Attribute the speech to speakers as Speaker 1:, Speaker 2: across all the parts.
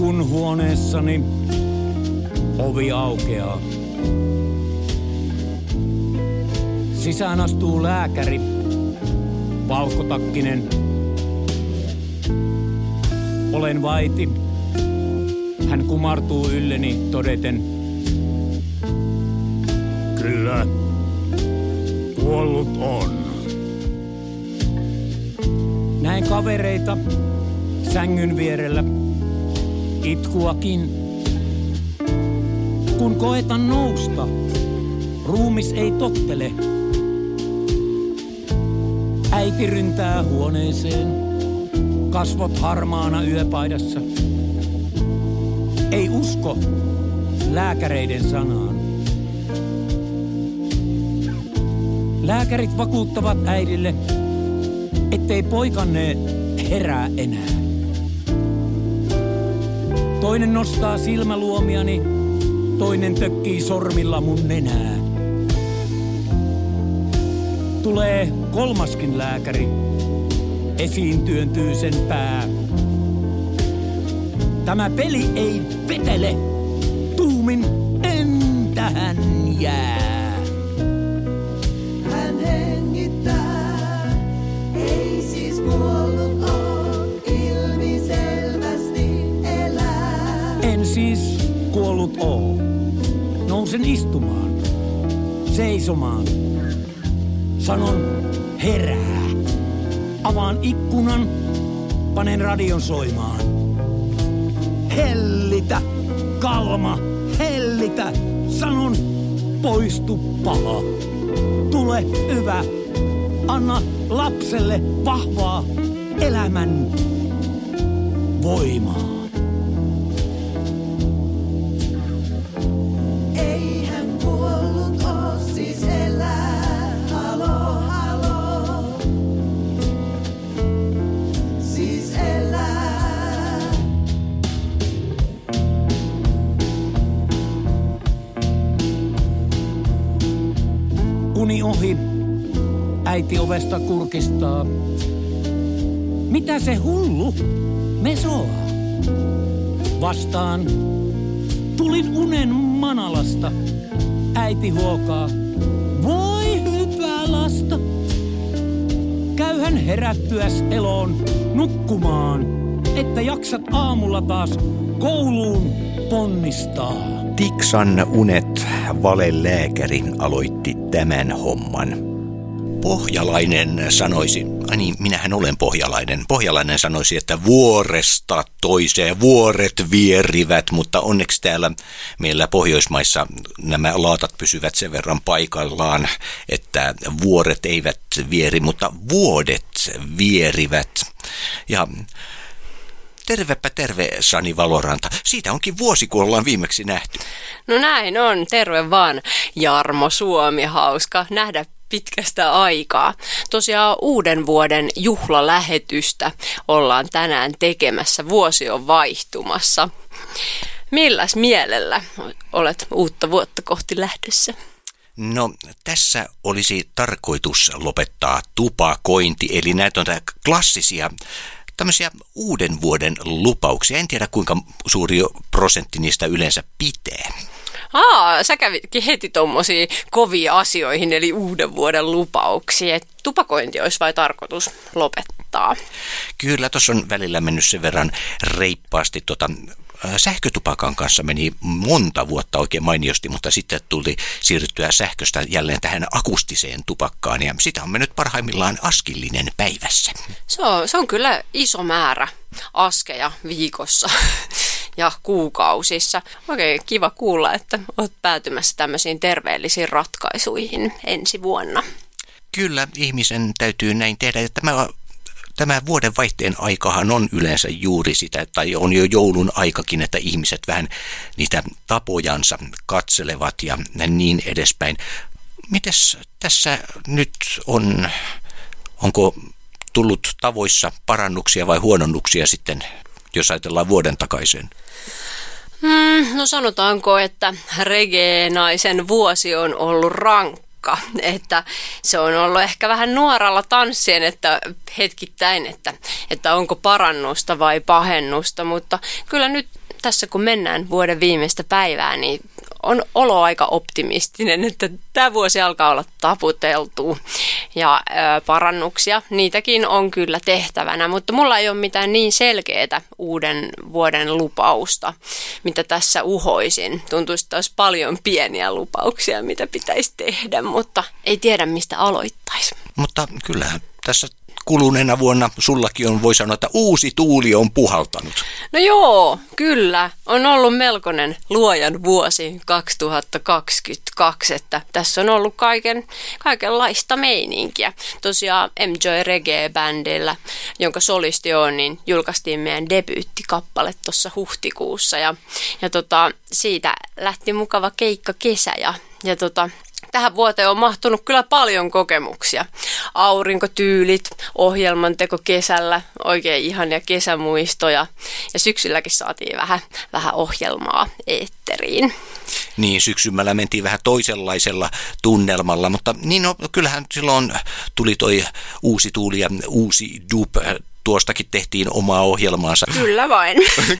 Speaker 1: kun huoneessani ovi aukeaa. Sisään astuu lääkäri, valkotakkinen. Olen vaiti. Hän kumartuu ylleni todeten: kyllä, kuollut on. Näin kavereita sängyn vierellä, itkuakin. Kun koetan nousta, ruumis ei tottele. Äiti ryntää huoneeseen, kasvot harmaana yöpaidassa. Ei usko lääkäreiden sanaan. Lääkärit vakuuttavat äidille, ettei poikanne herää enää. Toinen nostaa silmäluomiani, toinen tökkii sormilla mun nenää. Tulee kolmaskin lääkäri, esiin työntyy sen pää. Tämä peli ei vetele, tuumin entähän jää.
Speaker 2: Hän hengittää, ei siis kuollut on, ilmiselvästi elää.
Speaker 1: En siis kuollut oo. Nousen istumaan, seisomaan. Sanon herää. Avaan ikkunan, panen radion soimaan. Hellitä, Kalma, hellitä. Sanon, poistu paha. Tule hyvä. Anna lapselle vahvaa elämän voimaa.
Speaker 2: Ei hän kuollut oo, siis elää. Halo, halo. Siis elää.
Speaker 1: Uni ohi, äiti ovesta kurkistaa. Mitä se hullu mesoaa? Vastaan, tulin unen manalasta. Äiti huokaa, voi hyvää lasta. Käyhän herättyäs eloon nukkumaan, että jaksat aamulla taas kouluun ponnistaa.
Speaker 3: Tiksan Unet valelääkäri aloitti tämän homman. Pohjalainen sanoisi, minähän olen pohjalainen. Pohjalainen sanoisi, että vuoresta toiseen vuoret vierivät, mutta onneksi täällä meillä Pohjoismaissa nämä laatat pysyvät sen verran paikallaan, että vuoret eivät vieri, mutta vuodet vierivät. Ja tervepä terve, Sani Valoranta. Siitä onkin vuosi, kun ollaan viimeksi nähty.
Speaker 4: No näin on, terve vaan Jarmo Suomi, hauska nähdä pitkästä aikaa. Tosiaan uuden vuoden juhlalähetystä ollaan tänään tekemässä, vuosi on vaihtumassa. Milläs mielellä olet uutta vuotta kohti lähdössä?
Speaker 3: No, tässä olisi tarkoitus lopettaa tupakointi, eli näitä on klassisia tämmöisiä uuden vuoden lupauksia. En tiedä, kuinka suuri prosentti niistä yleensä pitää.
Speaker 4: Sä kävitkin heti tommosia kovia asioihin, eli uuden vuoden lupauksia. Tupakointi olisi vai tarkoitus lopettaa?
Speaker 3: Kyllä, tuossa on välillä mennyt sen verran reippaasti. Sähkötupakan kanssa meni monta vuotta oikein mainiosti, mutta sitten tuli siirryttyä sähköstä jälleen tähän akustiseen tupakkaan, ja sitä on mennyt parhaimmillaan askillinen päivässä.
Speaker 4: Se on kyllä iso määrä askeja viikossa ja kuukausissa. Oikein kiva kuulla, että olet päätymässä tämmöisiin terveellisiin ratkaisuihin ensi vuonna.
Speaker 3: Kyllä, ihmisen täytyy näin tehdä, ja tämä vuodenvaihteen aikahan on yleensä juuri sitä, tai on jo joulun aikakin, että ihmiset vähän niitä tapojansa katselevat ja niin edespäin. Mites tässä nyt on, onko tullut tavoissa parannuksia vai huononnuksia sitten, jos ajatellaan vuoden takaisin?
Speaker 4: No sanotaanko, että reggae-naisen vuosi on ollut rankka. Että se on ollut ehkä vähän nuoralla tanssien, että hetkittäin, että onko parannusta vai pahennusta, mutta kyllä nyt tässä kun mennään vuoden viimeistä päivää, niin on olo aika optimistinen, että tämä vuosi alkaa olla taputeltu ja parannuksia. Niitäkin on kyllä tehtävänä, mutta mulla ei ole mitään niin selkeää uuden vuoden lupausta, mitä tässä uhoisin. Tuntuisi, että olisi paljon pieniä lupauksia, mitä pitäisi tehdä, mutta ei tiedä, mistä aloittaisi.
Speaker 3: Mutta kyllähän tässä kuluneena vuonna sullakin on, voi sanoa, että uusi tuuli on puhaltanut.
Speaker 4: No joo, kyllä. On ollut melkoinen luojan vuosi 2022, että tässä on ollut kaikenlaista meininkiä. Tosiaan Enjoy Reggae-bändillä, jonka solisti on, niin julkaistiin meidän debyyttikappale tuossa huhtikuussa. Ja siitä lähti mukava keikka kesä ja tähän vuoteen on mahtunut kyllä paljon kokemuksia. Aurinkotyylit, ohjelmanteko kesällä, oikein ihania kesämuistoja ja syksylläkin saatiin vähän ohjelmaa eetteriin.
Speaker 3: Niin, syksymällä mentiin vähän toisenlaisella tunnelmalla, mutta niin kyllähän silloin tuli toi uusi tuuli ja uusi dub. Tuostakin tehtiin omaa ohjelmaansa.
Speaker 4: Kyllä vain.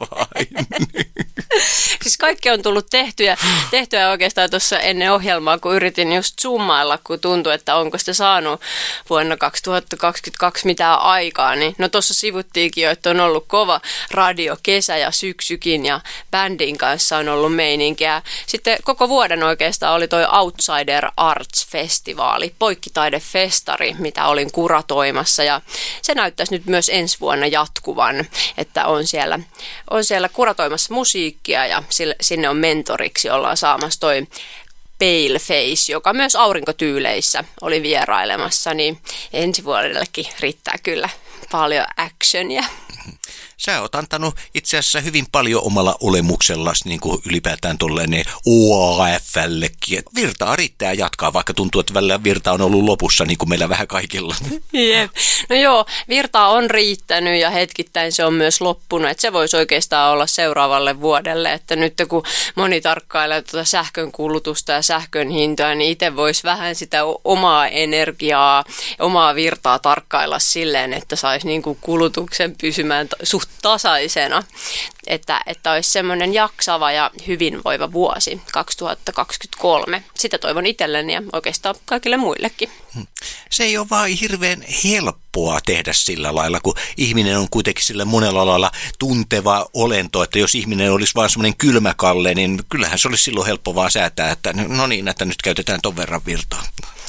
Speaker 4: Siis kaikki on tullut tehtyä oikeastaan tuossa ennen ohjelmaa, kun yritin just zoomailla, kun tuntui, että onko sitä saanut vuonna 2022 mitään aikaa. Niin, no tuossa sivuttiinkin jo, että on ollut kova radio kesä ja syksykin ja bändin kanssa on ollut meininkiä. Sitten koko vuoden oikeastaan oli toi Outsider Arts-festivaali, poikkitaidefestari, mitä olin kuratoimassa ja se näyttäisi nyt myös ensi vuonna jatkuvan, että on siellä kuratoimassa musiikkia ja sinne on mentoriksi, ollaan saamassa toi Paleface, joka myös aurinkotyyleissä oli vierailemassa, niin ensi vuodellekin riittää kyllä paljon actionia.
Speaker 3: Sä oot antanut itse asiassa hyvin paljon omalla olemuksellasi niin kuin ylipäätään tolleen OAF:llekin. Virtaa riittää jatkaa, vaikka tuntuu, että välillä virta on ollut lopussa, niin kuin meillä vähän kaikilla.
Speaker 4: Jep. No joo, virtaa on riittänyt ja hetkittäin se on myös loppunut. Että se voisi oikeastaan olla seuraavalle vuodelle, että nyt kun moni tarkkailee tuota sähkön kulutusta ja sähkön hintoja, niin itse voisi vähän sitä omaa energiaa, omaa virtaa tarkkailla silleen, että saisi niin kuin kulutuksen pysymään suht tasaisena, että olisi semmoinen jaksava ja hyvinvoiva vuosi 2023. Sitä toivon itselleni ja oikeastaan kaikille muillekin.
Speaker 3: Se ei ole vaan hirveän helppoa tehdä sillä lailla, kun ihminen on kuitenkin sillä monella lailla tunteva olento, että jos ihminen olisi vaan semmoinen kylmäkalle, niin kyllähän se olisi silloin helppo vaan säätää, että no niin, että nyt käytetään ton verran virtaa.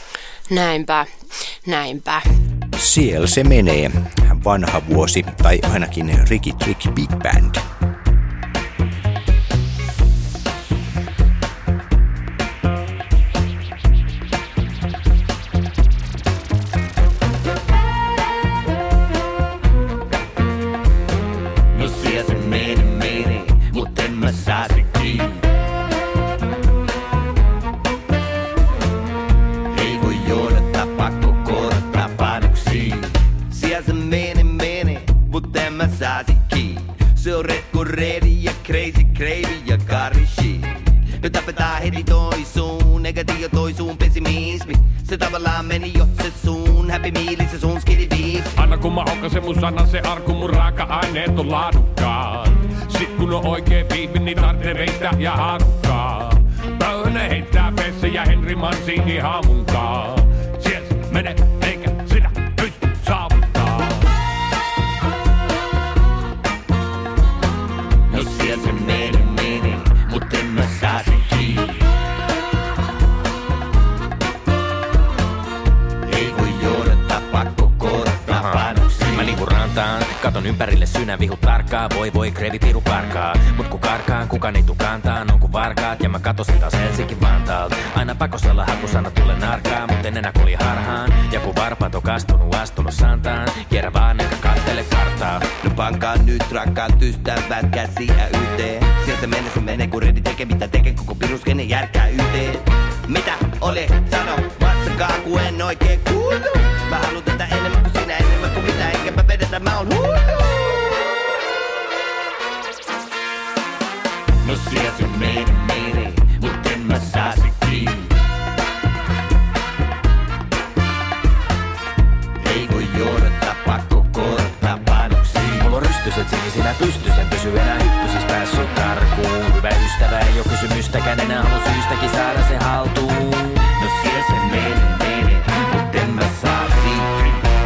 Speaker 4: Näinpä.
Speaker 3: Siellä se menee. Vanha vuosi, tai ainakin Ricky Trick Big Band.
Speaker 5: No siellä se meni, mut en mä saa se kiinni. Ei voi joodata, pakko korottaa panoksiin. Siellä se meni, mut en mä saa se kiinni. Se on retku ready ja crazy ja karishi. No tapetaan heti toisuun, eikä tiedä toisuun pessimismi. Se tavallaan meni jo se suun, happy meal, se suun skidi beef.
Speaker 6: Anna kun mä okasen mun sanan, se arku mun raaka-aineet on laadukkaat. Sit kun on oikee biivi, niin tarvitsee veistä ja haarukkaa. Pöynä heittää Pesse ja Henri Mancini haamunkaa. Sieltä mene, eikä sitä pysty saavuttaa.
Speaker 5: No sieltä se meni, mut en mä saa se kiinni. Ei voi joodata, pakko korottaa panoksiin.
Speaker 7: Mä liikun rantaan, katon ympärille synä vihut tarkkaa. Voi krevi piru karkaa. Mut kun karkaan, kukaan ei tuu kantaan. On kun varkaat ja mä katosin taas Helsinki-Vantaalta. Aina pakosella hakusana tulee narkaa, mut en enää kulje harhaan. Ja kun varpaat on astunut santaan, kierrä vaan eikä kattele kartaa.
Speaker 5: No pankaa nyt rakkaat ystävät käsiä yhteen. Sieltä mennessä menee kun redi tekee mitä tekee, koko piruskenen järkää yhteen. Mitä ole sanomassa, kun en oikein kuulu. Mä haluun tätä enemmän kuin sinä, enemmän kuin mitä, enkä mä vedetä, mä oon hullu. No siellä se meni, mut en mä saa se kiinni. Ei voi joodata, pakko korottaa panoksiin.
Speaker 7: Mulla on rystyset sinisinä enää pysty, sen pysy enää hyppysis päässyt karkuun. Hyvä ystävä ei oo kysymystäkään, enää halu syystäkin saada se haltuun.
Speaker 5: No siellä se menee, mut en mä saa siitä.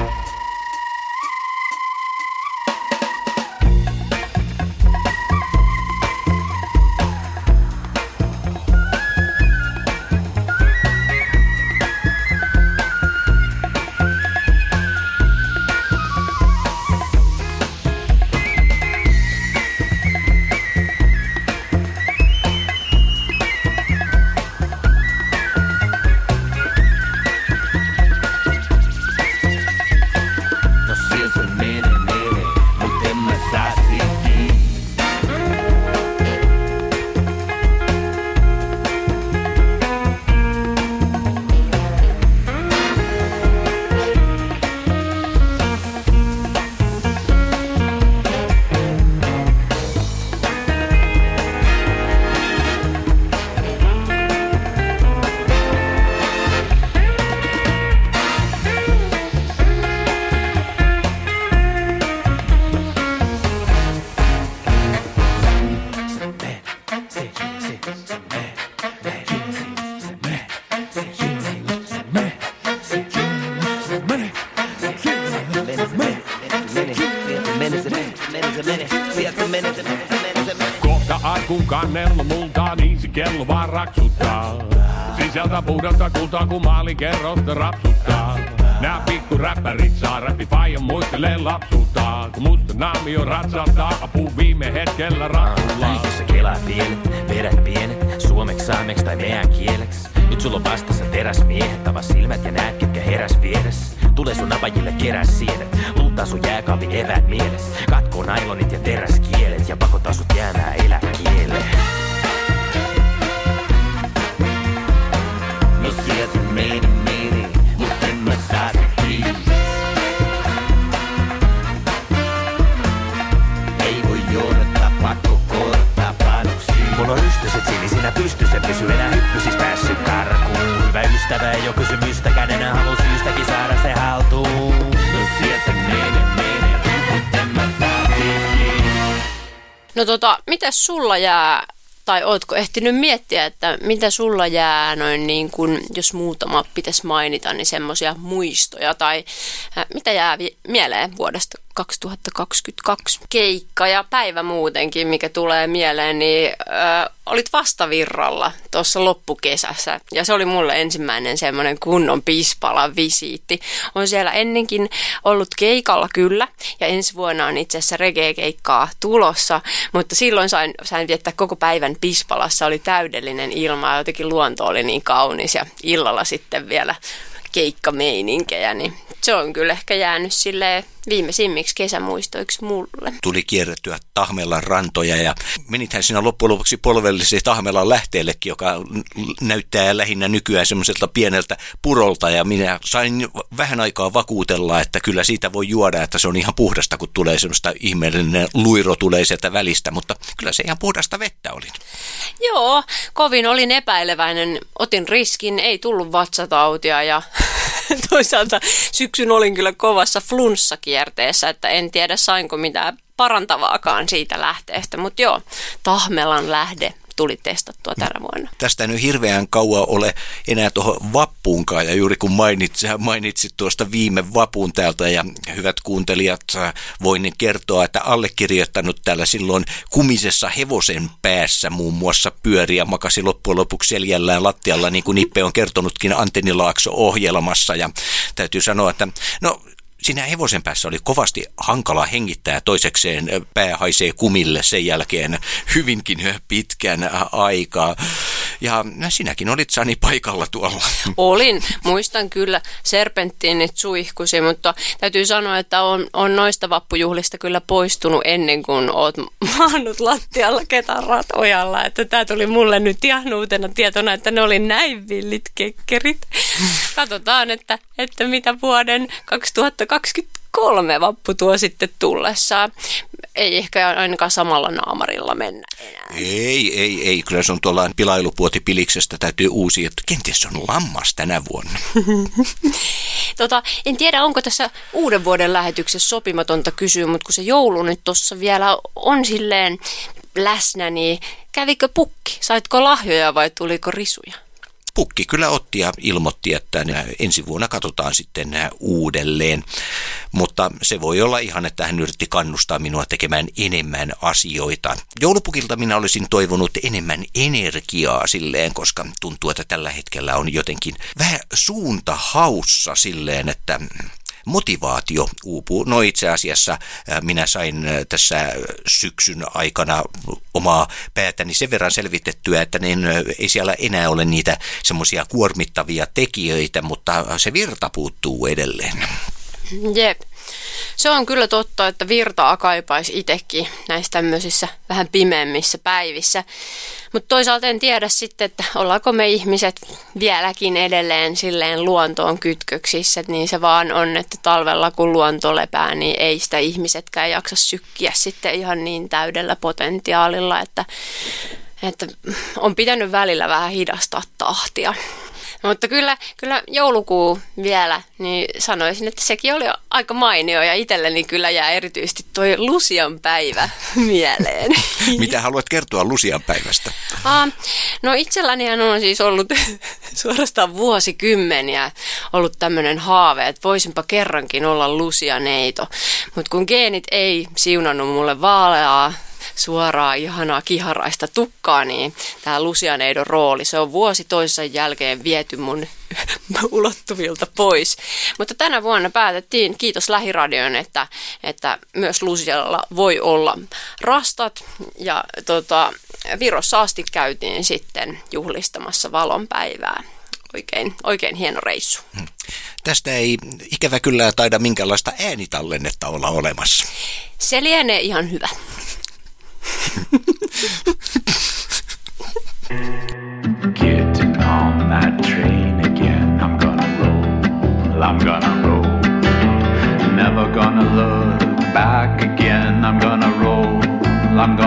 Speaker 6: Kohta arkun kannella multaa, niin se kello vaan raksuttaa. Sisältä puhdasta kultaa, kun maalikerrosta rapsuttaa. Nää pikku räppärit saa räppifaijan muistelee lapsultaan. Kun musta naamio ratsahtaa, apuu viime hetkellä rapsullaan.
Speaker 7: Liikossa kelaa pienet, vedät pienet, suomeksi, saameks tai meidän kieleks. Nyt sulla on vastassa teräsmiehet, avaa silmät ja näet ketkä heräs vieressä. Tule sun napajille keräs sienet, luuttaa sun jääkaapin eväät mieles. Katkoo nailonit ja teräskielet ja pakottaa sut jäämään eläkkeelle.
Speaker 5: No sieltä meni, mut en mä saa kiinni. Ei voi joodata, pakko korottaa panoksiin.
Speaker 7: Mulla on ystäiset sinisinä pystyssä, pysy enää hyppysis päässyt karkuun. Hyvä ystävä ei oo kysymystäkään, enää halu syystäkin saada se haltuun.
Speaker 5: No sieltä meni, mut en mä saa kiinni.
Speaker 4: No mitäs sulla jää, tai ootko ehtinyt miettiä, että mitä sulla jää noin niin kuin, jos muutama pitäisi mainita, niin semmoisia muistoja, tai mitä jää mieleen vuodesta 2022? Keikka ja päivä muutenkin, mikä tulee mieleen, niin olit vastavirralla tuossa loppukesässä, ja se oli mulle ensimmäinen semmoinen kunnon Pispalan visiitti. On siellä ennenkin ollut keikalla kyllä, ja ensi vuonna on itse asiassa reggae-keikkaa tulossa, mutta silloin sain viettää koko päivän Pispalassa, oli täydellinen ilma, ja jotenkin luonto oli niin kaunis, ja illalla sitten vielä keikkameiningejä, niin se on kyllä ehkä jäänyt silleen viimeisimmiksi kesämuistoiksi mulle.
Speaker 3: Tuli kierrettyä Tahmelan rantoja ja menithän siinä loppujen lopuksi polvellisesti Tahmelan lähteellekin, joka näyttää lähinnä nykyään semmoiselta pieneltä purolta, ja minä sain vähän aikaa vakuutella, että kyllä siitä voi juoda, että se on ihan puhdasta, kun tulee semmoista ihmeellinen luiro tulee sieltä välistä, mutta kyllä se ihan puhdasta vettä oli.
Speaker 4: Joo, kovin olin epäileväinen, otin riskin, ei tullut vatsatautia ja toisaalta syksyn olin kyllä kovassa flunssakierteessä, että en tiedä sainko mitään parantavaakaan siitä lähteestä, mutta joo, Tahmelan lähde tuli testattua tänä vuonna.
Speaker 3: Tästä ei nyt hirveän kauan ole enää tuohon vappuunkaan, ja juuri kun mainitsit tuosta viime vapun täältä, ja hyvät kuuntelijat, voin kertoa, että allekirjoittanut täällä silloin kumisessa hevosen päässä muun muassa pyöri ja makasi loppujen lopuksi seljällään lattialla, niin kuin Nippe on kertonutkin Antenni Laakso-ohjelmassa, ja täytyy sanoa, että siinä hevosen päässä oli kovasti hankala hengittää, toisekseen pää haisee kumille sen jälkeen hyvinkin pitkän aikaa. Ja sinäkin olit, Sani, paikalla tuolla.
Speaker 4: Olin, muistan kyllä, serpenttiinit suihkusi, mutta täytyy sanoa, että on noista vappujuhlista kyllä poistunut ennen kuin oot maannut lattialla ketarat ojalla. Että tää tuli mulle nyt ihan uutena tietona, että ne oli näin villit kekkerit. Katsotaan, että mitä vuoden 2023 vappu tuo sitten tullessaan. ei ehkä ainakaan samalla naamarilla mennä enää.
Speaker 3: Ei. Kyllä se on tuolla pilailupuotipiliksestä täytyy uusia, että kenties on lammas tänä vuonna.
Speaker 4: En tiedä, onko tässä uuden vuoden lähetyksessä sopimatonta kysyä, mutta kun se joulu nyt tuossa vielä on silleen läsnä, niin kävikö pukki? Saitko lahjoja vai tuliko risuja?
Speaker 3: Pukki kyllä otti ja ilmoitti, että ensi vuonna katsotaan sitten uudelleen, mutta se voi olla ihan, että hän yritti kannustaa minua tekemään enemmän asioita. Joulupukilta minä olisin toivonut enemmän energiaa silleen, koska tuntuu, että tällä hetkellä on jotenkin vähän suunta haussa silleen, että motivaatio uupuu. No itse asiassa minä sain tässä syksyn aikana omaa päätäni sen verran selvitettyä, että ei siellä enää ole niitä semmoisia kuormittavia tekijöitä, mutta se virta puuttuu edelleen.
Speaker 4: Jep. Se on kyllä totta, että virtaa kaipaisi itsekin näissä tämmöisissä vähän pimeämmissä päivissä. Mutta toisaalta en tiedä sitten, että ollaanko me ihmiset vieläkin edelleen silleen luontoon kytköksissä. Niin se vaan on, että talvella kun luonto lepää, niin ei sitä ihmisetkään jaksa sykkiä sitten ihan niin täydellä potentiaalilla, että on pitänyt välillä vähän hidastaa tahtia. Mutta kyllä joulukuu vielä, niin sanoisin, että sekin oli aika mainio ja itselleni kyllä jää erityisesti toi Lucian päivä mieleen.
Speaker 3: Mitä haluat kertoa Lucian päivästä?
Speaker 4: No itsellänihän on siis ollut suorastaan vuosikymmeniä ollut tämmöinen haave, että voisinpa kerrankin olla Lucia-neito. Mutta kun geenit ei siunannut mulle vaaleaa, suoraa, ihanaa, kiharaista tukkaa, niin tämä Lucianeidon rooli, se on vuosi toisensa jälkeen viety mun ulottuvilta pois. Mutta tänä vuonna päätettiin, kiitos Lähiradion, että myös Lucialla voi olla rastat. Ja Virossa asti käytiin sitten juhlistamassa valonpäivää. Oikein hieno reissu.
Speaker 3: Tästä ei ikävä kyllä taida minkäänlaista äänitallennetta olla olemassa.
Speaker 4: Se lienee ihan hyvä.
Speaker 8: Getting on that train again, I'm gonna roll, never gonna look back again, I'm gonna roll, I'm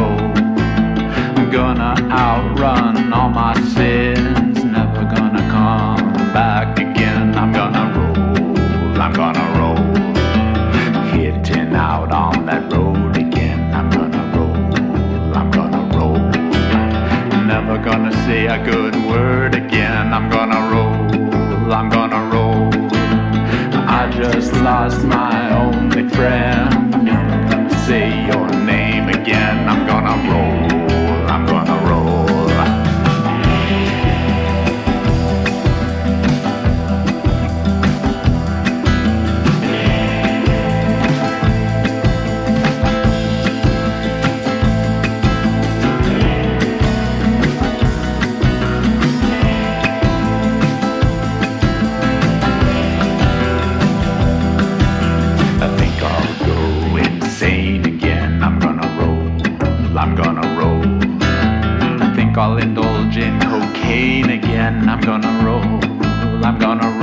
Speaker 8: gonna outrun all my sins, never gonna come back again, I'm gonna roll, hitting out on that road again, I'm gonna roll, never gonna say a good word again, I'm gonna roll, I just lost my only friend, never gonna say your name again, I'm gonna roll. I'll indulge in cocaine again. I'm gonna roll. I'm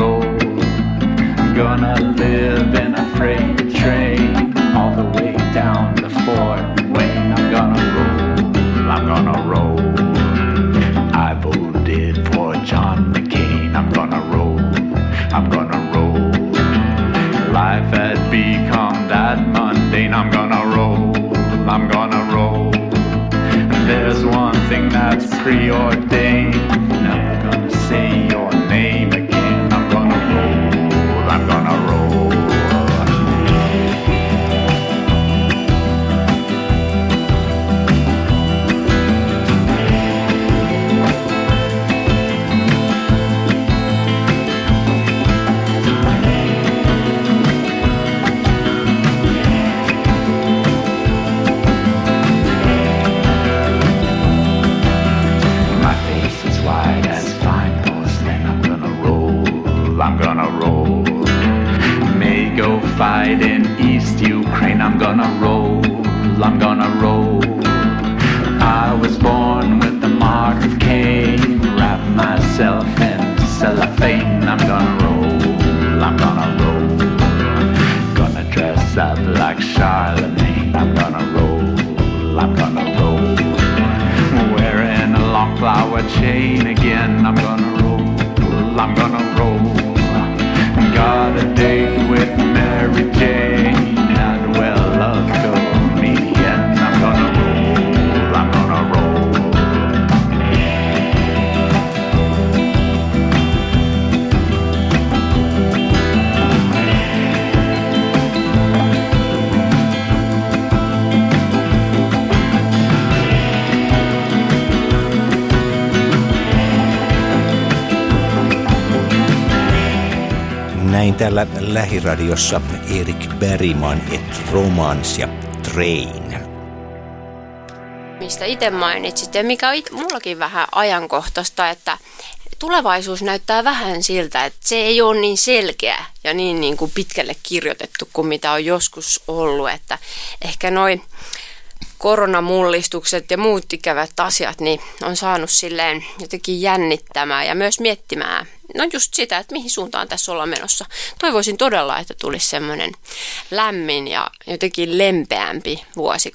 Speaker 8: gonna live in a freight train all the way down to Fort Wayne. I'm gonna roll. I voted for John McCain. I'm gonna roll. Life had become that mundane. I'm gonna roll. There's one thing that's preordained. Never gonna say your name again. I'm gonna roll. Fight in East Ukraine, I'm gonna roll. I was born with the mark of Cain, wrap myself in cellophane, I'm gonna roll. Gonna dress up like Charlemagne, I'm gonna roll. I'm gonna roll. Wearing a long flower chain again, I'm gonna roll. I'm gonna roll. Got a date with Mary Jane, and well, love told me the end. I'm gonna roll. I'm gonna roll.
Speaker 3: Näin täällä lähiradiossa Erik Bergman et Romance ja Train.
Speaker 4: Mistä itse mainitsit ja mikä on mullakin vähän ajankohtaista, että tulevaisuus näyttää vähän siltä, että se ei ole niin selkeä ja niin kuin pitkälle kirjoitettu kuin mitä on joskus ollut, että ehkä noi koronamullistukset ja muut ikävät asiat niin on saanut silleen jotenkin jännittämään ja myös miettimään no just sitä, että mihin suuntaan tässä ollaan menossa. Toivoisin todella, että tulisi semmoinen lämmin ja jotenkin lempeämpi vuosi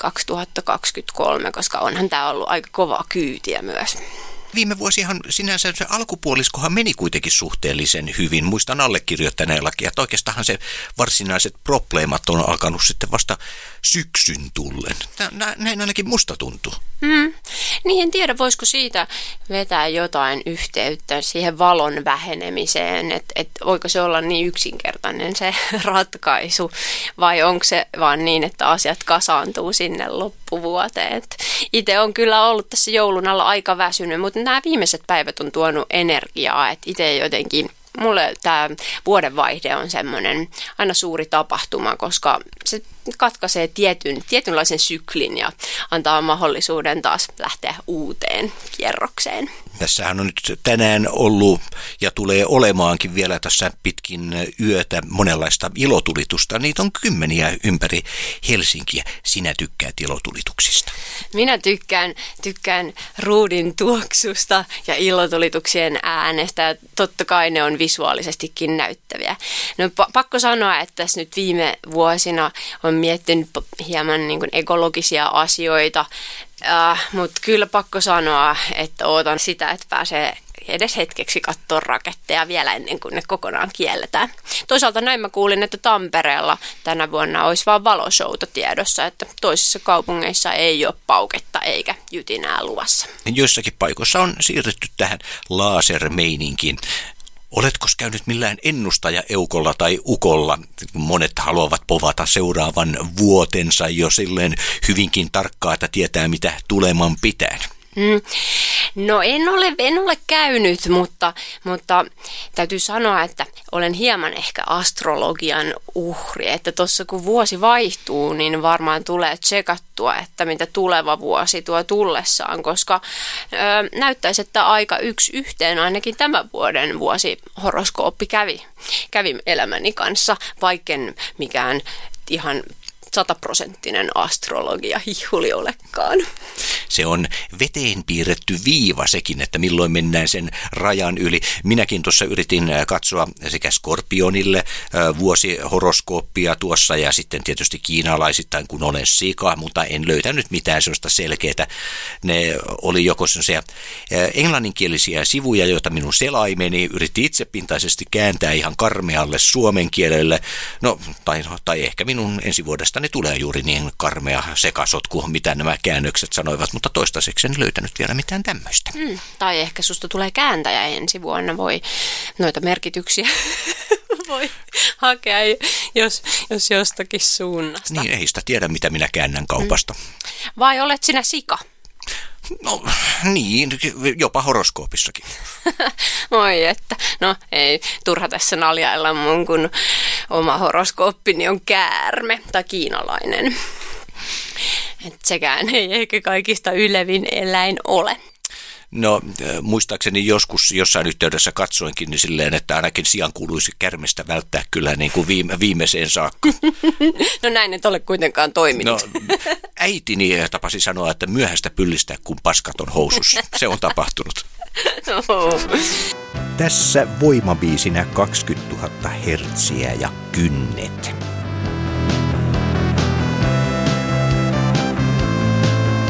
Speaker 4: 2023, koska onhan tämä ollut aika kovaa kyytiä myös.
Speaker 3: Viime vuosihan sinänsä se alkupuoliskohan meni kuitenkin suhteellisen hyvin. Muistan allekirjoittaneellakin, että oikeastaan se varsinaiset probleemat on alkanut sitten vasta syksyn tullen. Näin ainakin musta tuntuu.
Speaker 4: Niin en tiedä, voisiko siitä vetää jotain yhteyttä siihen valon vähenemiseen, että voiko se olla niin yksinkertainen se ratkaisu vai onko se vaan niin, että asiat kasaantuu sinne loppuvuoteen. Itse on kyllä ollut tässä joulun alla aika väsynyt, mutta nämä viimeiset päivät on tuonut energiaa, että itse jotenkin mulle tämä vuodenvaihde on semmoinen aina suuri tapahtuma, koska se katkaisee tietynlaisen syklin ja antaa mahdollisuuden taas lähteä uuteen kierrokseen.
Speaker 3: Tässähän on nyt tänään ollut ja tulee olemaankin vielä tässä pitkin yötä monenlaista ilotulitusta. Niitä on kymmeniä ympäri Helsinkiä. Sinä tykkäät ilotulituksista? Minä
Speaker 4: tykkään ruudin tuoksusta ja ilotulituksien äänestä. Totta kai ne on visuaalisestikin näyttäviä. No pakko sanoa, että tässä nyt viime vuosina on miettinyt hieman niin kuin ekologisia asioita, mutta kyllä pakko sanoa, että odotan sitä, että pääsee edes hetkeksi katsoa raketteja vielä ennen kuin ne kokonaan kielletään. Toisaalta näin mä kuulin, että Tampereella tänä vuonna olisi vaan valoshowta tiedossa, että toisissa kaupungeissa ei ole pauketta eikä jytinää luvassa.
Speaker 3: Joissakin paikoissa on siirrytty tähän lasermeininkiin. Oletko käynyt millään ennustaja-eukolla tai ukolla? Monet haluavat povata seuraavan vuotensa jo silleen hyvinkin tarkkaa, että tietää mitä tuleman pitää.
Speaker 4: No en ole käynyt, mutta täytyy sanoa, että olen hieman ehkä astrologian uhri, että tuossa kun vuosi vaihtuu, niin varmaan tulee tsekattua, että mitä tuleva vuosi tuo tullessaan, koska näyttäisi, että aika 1:1 ainakin tämän vuoden vuosihoroskooppi kävi elämäni kanssa, vaikken mikään ihan 100% astrologia-hihuli olekaan.
Speaker 3: Se on veteen piirretty viiva sekin, että milloin mennään sen rajan yli. Minäkin tuossa yritin katsoa sekä Skorpionille vuosihoroskooppia tuossa ja sitten tietysti kiinalaisittain, kun olen sika, mutta en löytänyt mitään sellaista selkeää. Ne oli joko sellaisia englanninkielisiä sivuja, joita minun selaimeni yritti itsepintaisesti kääntää ihan karmealle suomen kielelle. No, tai ehkä minun ensi vuodestani tulee juuri niin karmea sekasotku, mitä nämä käännökset sanoivat, mutta toistaiseksi en löytänyt vielä mitään tämmöistä.
Speaker 4: Tai ehkä susta tulee kääntäjä ensi vuonna, voi noita merkityksiä voi hakea, jos jostakin suunnasta.
Speaker 3: Niin, ei sitä tiedä, mitä minä käännän kaupasta.
Speaker 4: Vai olet sinä sika?
Speaker 3: No niin, jopa horoskoopissakin.
Speaker 4: Oi että, no ei turha tässä naljailla mun, kun oma horoskooppini on käärme tai kiinalainen. Et sekään ei ehkä kaikista ylevin eläin ole.
Speaker 3: No muistaakseni joskus jossain yhteydessä katsoinkin niin silleen, että ainakin sian kuuluisi kärmestä välttää kyllä niin kuin viimeiseen saakka.
Speaker 4: No näin et ole kuitenkaan toiminut.
Speaker 3: No äitini tapasi sanoa, että myöhäistä pyllistää kun paskat on housussa. Se on tapahtunut. Tässä voimabiisinä 20 000 hertsiä ja kynnet.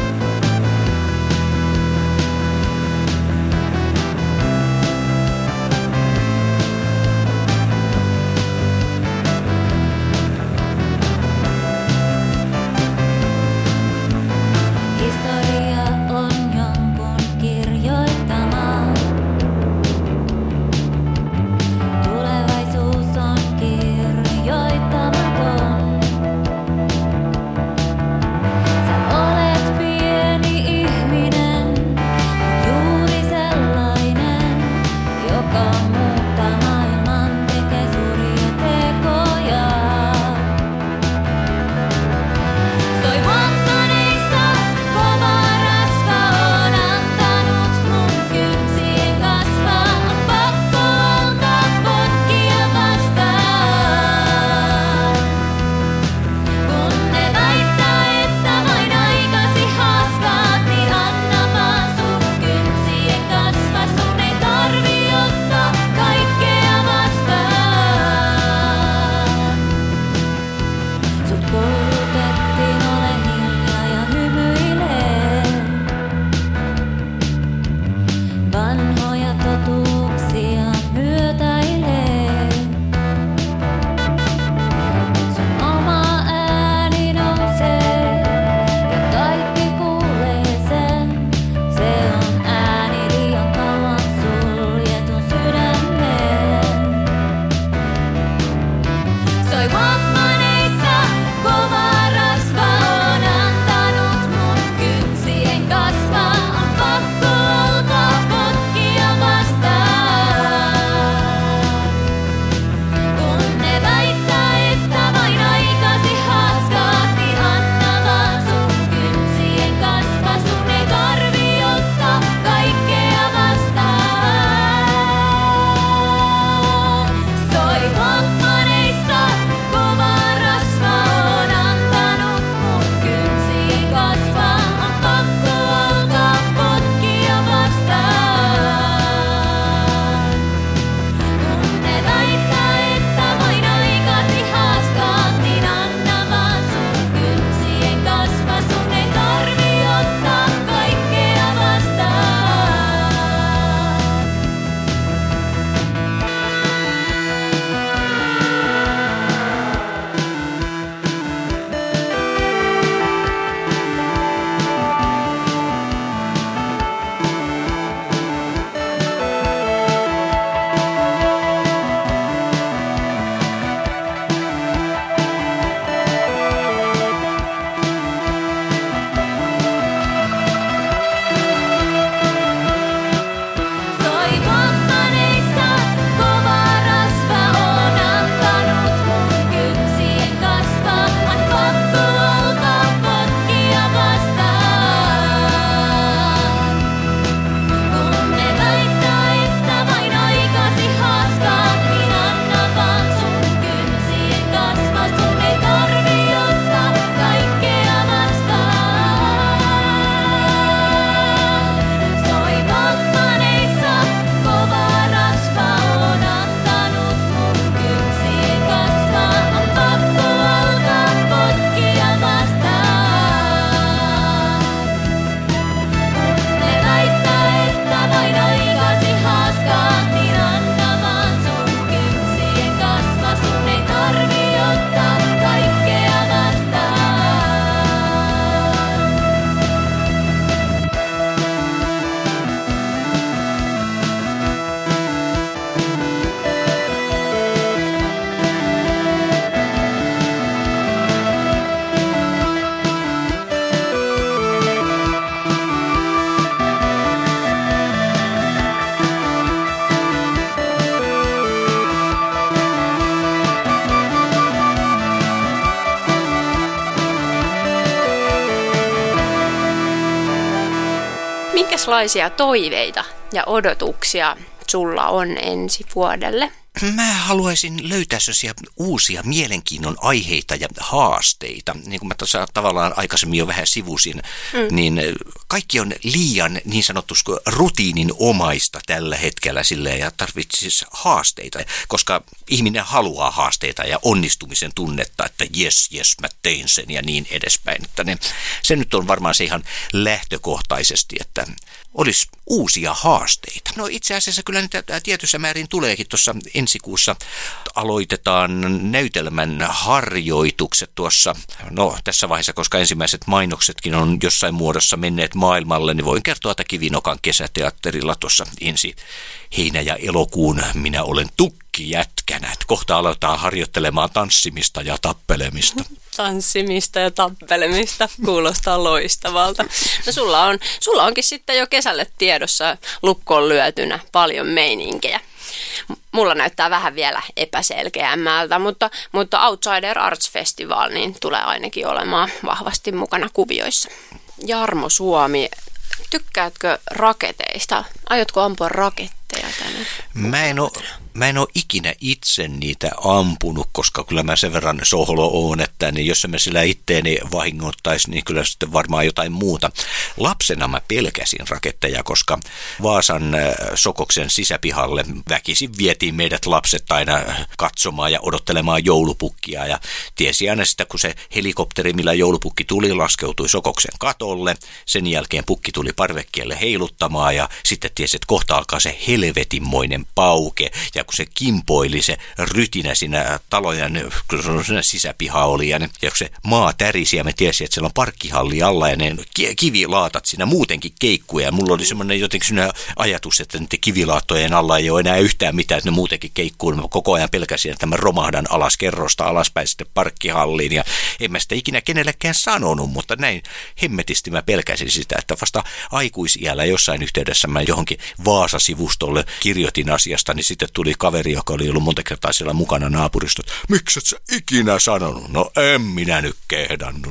Speaker 4: Minkälaisia toiveita ja odotuksia sulla on ensi vuodelle?
Speaker 3: Mä haluaisin löytää sellaisia uusia mielenkiinnon aiheita ja haasteita. Niin kuin mä tuossa tavallaan aikaisemmin jo vähän sivusin, niin kaikki on liian niin sanottuski rutiinin omaista tällä hetkellä silleen ja tarvitsisi haasteita, koska ihminen haluaa haasteita ja onnistumisen tunnetta, että jes, mä tein sen ja niin edespäin. Että se nyt on varmaan se ihan lähtökohtaisesti, että olisi uusia haasteita. No itse asiassa kyllä niitä tietyssä määrin tuleekin tuossa ensi kuussa. Aloitetaan näytelmän harjoitukset tuossa, no tässä vaiheessa, koska ensimmäiset mainoksetkin on jossain muodossa menneet maailmalle, niin voin kertoa, että Kivinokan kesäteatterilla tuossa ensi heinä- ja elokuun minä olen tukkijätkänä. Kohta aletaan harjoittelemaan tanssimista ja tappelemista.
Speaker 4: Tanssimista ja tappelemista kuulostaa loistavalta. No sulla onkin sitten jo kesälle tiedossa lukkoon lyötynä paljon meininkejä. Mulla näyttää vähän vielä epäselkeämmältä, mutta Outsider Arts Festival niin tulee ainakin olemaan vahvasti mukana kuvioissa. Jarmo Suomi, tykkäätkö raketeista? Aiotko ampua raketteja tänne?
Speaker 3: Mä en ole ikinä itse niitä ampunut, koska kyllä mä sen verran sohlo oon, että niin jos mä sillä itteeni vahingoittaisi, niin kyllä sitten varmaan jotain muuta. Lapsena mä pelkäsin raketteja, koska Vaasan Sokoksen sisäpihalle väkisin vietiin meidät lapset aina katsomaan ja odottelemaan joulupukkia. Ja tiesi aina sitä, kun se helikopteri, millä joulupukki tuli, laskeutui Sokoksen katolle. Sen jälkeen pukki tuli parvekkeelle heiluttamaan ja sitten tiesi, että kohta alkaa se helvetinmoinen pauke. Ja kun se kimpoili, se rytinä siinä talojen sisäpiha oli, ja kun se maa tärisi, ja me tiesi, että siellä on parkkihalli alla, ja ne kivilaatat siinä muutenkin keikkuja, ja mulla oli semmoinen jotenkin ajatus, että niiden kivilaattojen alla ei ole enää yhtään mitään, että ne muutenkin keikkuu, mä koko ajan pelkäsin, että mä romahdan alas kerrosta alaspäin sitten parkkihalliin, ja en mä sitä ikinä kenellekään sanonut, mutta näin hemmetisti mä pelkäsin sitä, että vasta aikuisiällä jossain yhteydessä mä johonkin Vaasa-sivustolle kirjoitin asiasta, niin sitten tuli kaveri, joka oli ollut monta kertaa siellä mukana naapurista, että miksi et sä ikinä sanonut? No en minä nyt kehdannut.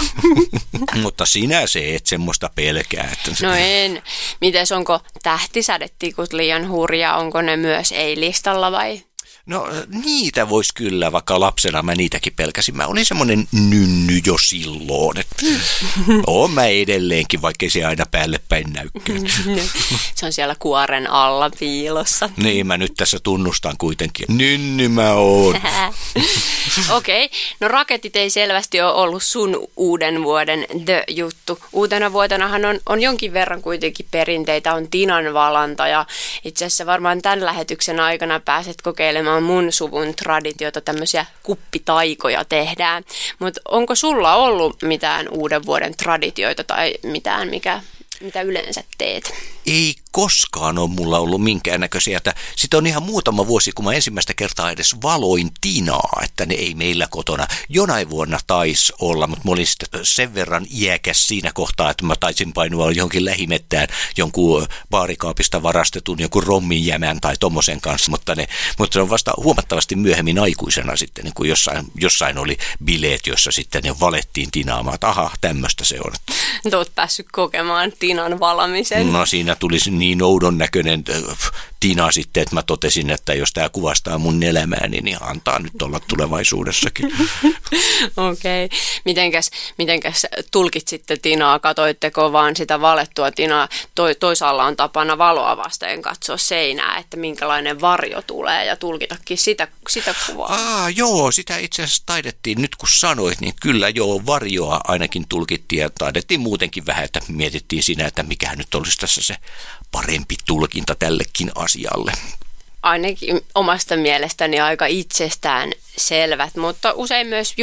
Speaker 3: Mutta sinä se et semmoista pelkää. Että...
Speaker 4: No en. Mites onko tähtisädetikut liian hurjaa? Onko ne myös ei-listalla vai?
Speaker 3: No niitä vois kyllä, vaikka lapsena mä niitäkin pelkäsin. Mä olin semmoinen nynny jo silloin. Oon mä edelleenkin, vaikkei se aina päälle päin näykään.
Speaker 4: Se on siellä kuoren alla piilossa.
Speaker 3: Niin, mä nyt tässä tunnustan kuitenkin. Nynny mä oon.
Speaker 4: Okei, no raketit ei selvästi ole ollut sun uuden vuoden the-juttu. Uutena vuotenahan on jonkin verran kuitenkin perinteitä, on tinanvalanta ja itse asiassa varmaan tämän lähetyksen aikana pääset kokeilemaan mun suvun traditiota, tämmöisiä kuppitaikoja tehdään. Mutta onko sulla ollut mitään uuden vuoden traditioita tai mitään, mitä yleensä teet?
Speaker 3: Ei koskaan ole mulla ollut minkäännäköisiä. Sitten on ihan muutama vuosi, kun mä ensimmäistä kertaa edes valoin tinaa, että ne ei meillä kotona. Jonain vuonna taisi olla, mutta mä olin sitten sen verran iäkäs siinä kohtaa, että mä taisin painua johonkin lähimettään jonkun baarikaapista varastetun jonkun romminjämän tai tommosen kanssa, mutta se on vasta huomattavasti myöhemmin aikuisena sitten, niin kun jossain oli bileet, jossa sitten ne valettiin tinaamaan, että aha, tämmöistä se on.
Speaker 4: Oot päässyt kokemaan tinan valamisen.
Speaker 3: No siinä tuli niin oudon näköinen tina sitten, että mä totesin, että jos tämä kuvastaa mun elämääni, niin antaa nyt olla tulevaisuudessakin.
Speaker 4: Okei. Mitenkäs tulkit sitten tinaa? Katoitteko vaan sitä valettua tinaa? Toisaalla on tapana valoa vasten katsoa seinää, että minkälainen varjo tulee ja tulkitakin sitä kuvaa.
Speaker 3: Joo, sitä itse asiassa taidettiin. Nyt kun sanoit, niin kyllä joo, varjoa ainakin tulkittiin ja taidettiin muutenkin vähän, että mietittiin siinä, että mikähän nyt olisi tässä se parempi tulkinta tällekin asialle.
Speaker 4: Ainakin omasta mielestäni aika itsestään selvät, mutta usein myös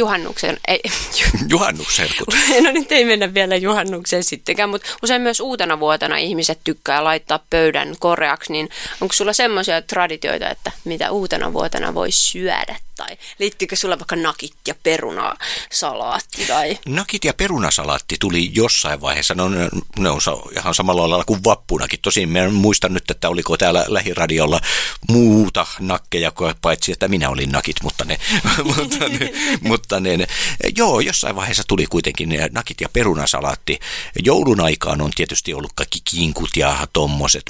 Speaker 3: juhannusherkut.
Speaker 4: No nyt ei mennä vielä juhannukseen sittenkään, mutta usein myös uutena vuotena ihmiset tykkää laittaa pöydän koreaksi, niin onko sulla semmoisia traditioita, että mitä uutena vuotena voi syödä? Tai liittyykö sulla vaikka nakit ja perunasalaatti? Tai?
Speaker 3: Nakit ja perunasalaatti tuli jossain vaiheessa, ne on ihan samalla lailla kuin vappunakin. Tosin mä en muista nyt, että oliko täällä lähiradiolla muuta nakkeja, paitsi että minä olin nakit, mutta ne mutta joo, jossain vaiheessa tuli kuitenkin nakit ja perunasalaatti. Joulun aikaan on tietysti ollut kaikki kinkut ja tommoset,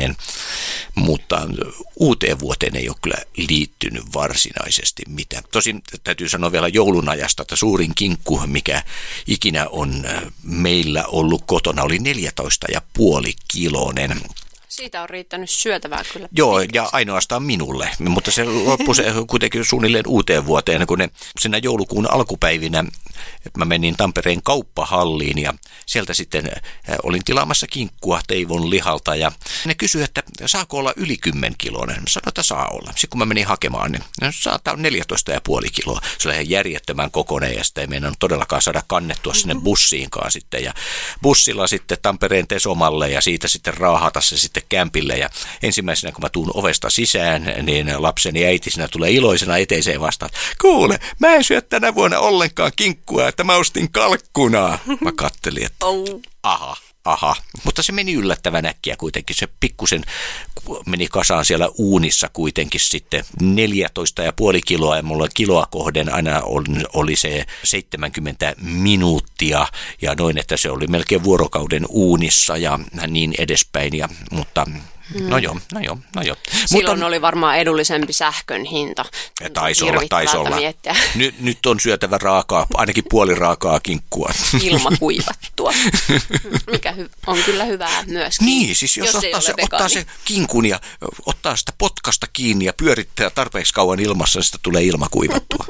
Speaker 3: mutta uuteen vuoteen ei ole kyllä liittynyt varsinaisesti mitään. Tosin täytyy sanoa vielä joulun ajasta, että suurin kinkku, mikä ikinä on meillä ollut kotona, oli 14,5 kiloinen.
Speaker 4: Siitä on riittänyt syötävää kyllä.
Speaker 3: Joo, ja ainoastaan minulle, mutta se loppui kuitenkin suunnilleen uuteen vuoteen, kun siinä joulukuun alkupäivinä mä menin Tampereen kauppahalliin ja sieltä sitten olin tilaamassa kinkkua Teivon lihalta ja ne kysyi, että saako olla yli 10 kiloinen. Mä sanoin, että saa olla. Sitten kun mä menin hakemaan, niin tämä on 14,5 kiloa. Se oli ihan järjettömän kokoinen ja sitä ei meinannut todellakaan saada kannettua sinne bussiinkaan sitten. Ja bussilla sitten Tampereen Tesomalle ja siitä sitten raahata se sitten kämpille ja ensimmäisenä kun mä tuun ovesta sisään, niin lapseni äiti siinä tulee iloisena eteiseen vastaan. Kuule, mä en syö tänä vuonna ollenkaan kinkkua, että mä ostin kalkkunaa. Mä kattelin, että aha. Mutta se meni yllättävän äkkiä kuitenkin. Se pikkusen meni kasaan siellä uunissa kuitenkin sitten 14,5 kiloa ja mulla kiloa kohden aina oli se 70 minuuttia ja noin, että se oli melkein vuorokauden uunissa ja niin edespäin. Mutta No joo.
Speaker 4: Silloin oli varmaan edullisempi sähkön hinta.
Speaker 3: Taisi olla. Nyt on syötävä raakaa, ainakin puoliraakaa kinkkua.
Speaker 4: Ilmakuivattua, mikä on kyllä hyvää myöskin.
Speaker 3: Niin, siis jos ottaa se kinkun ja ottaa sitä potkasta kiinni ja pyörittää tarpeeksi kauan ilmassa, niin sitä tulee ilmakuivattua.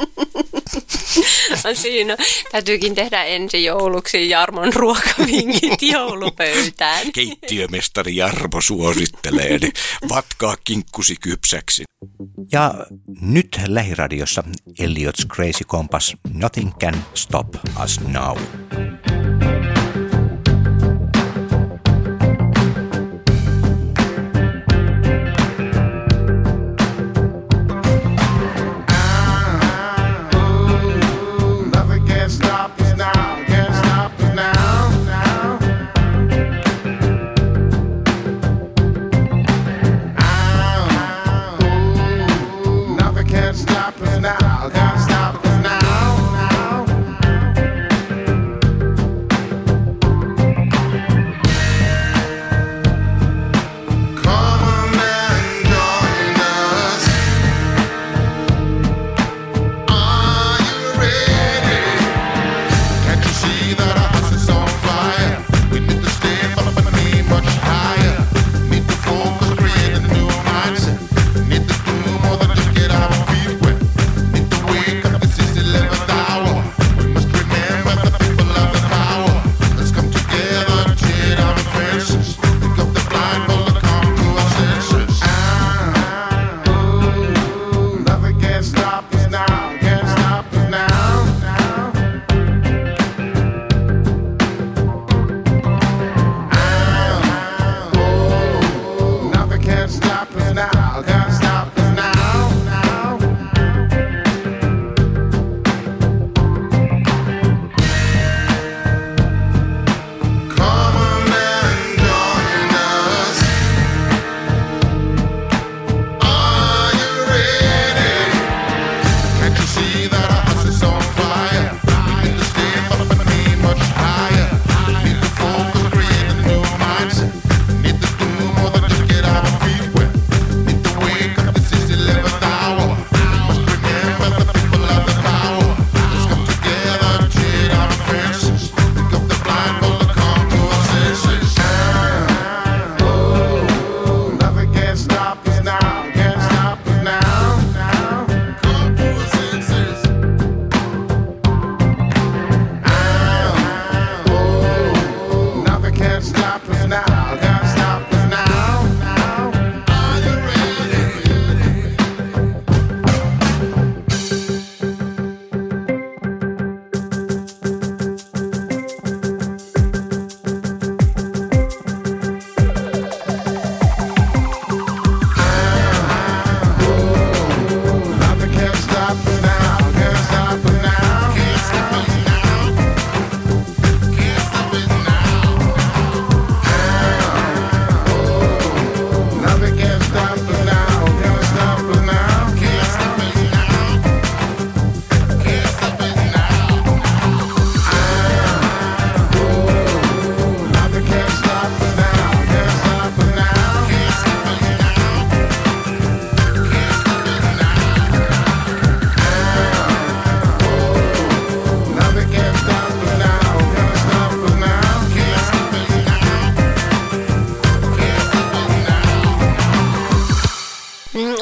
Speaker 4: Siinä täytyykin tehdä ensi jouluksi Jarmon ruokavinkit joulupöytään.
Speaker 3: Keittiömestari Jarmo suosittelee, niin vatkaa kinkkusi kypsäksi. Ja nyt Lähiradiossa Elliott's Crazy Compass, Nothing Can Stop Us Now.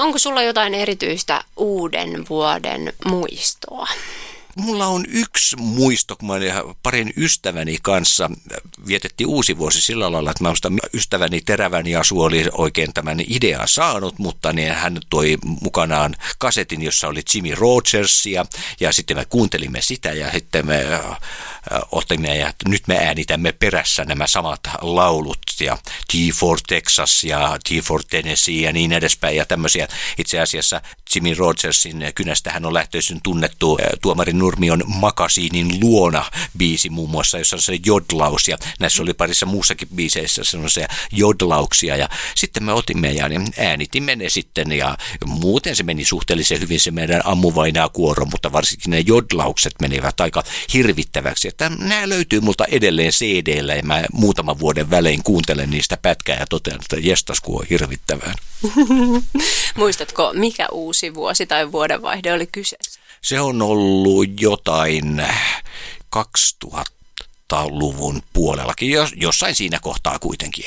Speaker 4: onko sulla jotain erityistä uuden vuoden muistoa?
Speaker 3: Mulla on yksi muisto, kun mä parin ystäväni kanssa vietettiin uusi vuosi sillä lailla, että mä ystäväni Terävän Jasu oli oikein tämän idean saanut, mutta niin hän toi mukanaan kasetin, jossa oli Jimmy Rogersia ja sitten me kuuntelimme sitä ja sitten me otimme ja nyt me äänitämme perässä nämä samat laulut ja T for Texas ja T for Tennessee ja niin edespäin ja tämmöisiä. Itse asiassa Jimmy Rogersin kynästähän on lähtöisin tunnettu Tuomari Nurmion Makasiinin luona biisi muun muassa, jossa on se jodlaus ja näissä oli parissa muussakin biiseissä sellaisia jodlauksia ja sitten me otimme ja äänitimme ne sitten ja muuten se meni suhteellisen hyvin se meidän ammuvainaa kuoro, mutta varsinkin ne jodlaukset menivät aika hirvittäväksi. Että nämä löytyy multa edelleen CD-llä ja mä muutaman vuoden välein kuuntelen niistä pätkää ja totean, että jestas kun on hirvittävää.
Speaker 4: Muistatko, mikä uusi vuosi tai vuodenvaihde oli kyseessä?
Speaker 3: Se on ollut jotain 2000-luvun puolellakin, jossain siinä kohtaa kuitenkin.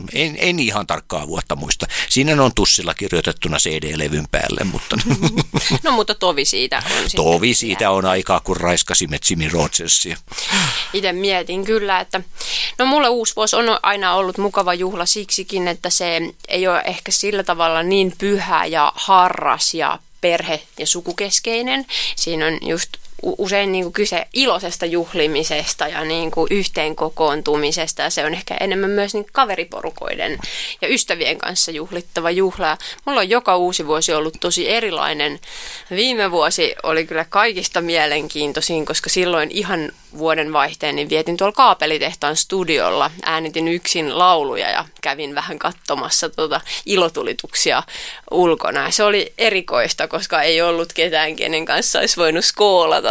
Speaker 3: En ihan tarkkaa vuotta muista. Siinä on tussilla kirjoitettuna CD-levyn päälle, mutta...
Speaker 4: No mutta tovi siitä on.
Speaker 3: Tovi siitä on aikaa, kun raiskasimme Jimmy Rogersia.
Speaker 4: Itse mietin kyllä, että no mulle uusi vuosi on aina ollut mukava juhla siksikin, että se ei ole ehkä sillä tavalla niin pyhä ja harras ja perhe- ja sukukeskeinen. Siinä on just usein niin kuin kyse iloisesta juhlimisesta ja niin kuin yhteen kokoontumisesta ja se on ehkä enemmän myös niin kaveriporukoiden ja ystävien kanssa juhlittava juhla. Mulla on joka uusi vuosi ollut tosi erilainen. Viime vuosi oli kyllä kaikista mielenkiintoisin, koska silloin ihan vuoden vaihteen niin vietin tuolla Kaapelitehtaan studiolla. Äänitin yksin lauluja ja kävin vähän katsomassa ilotulituksia ulkona. Se oli erikoista, koska ei ollut ketään, kenen kanssa olisi voinut skoolata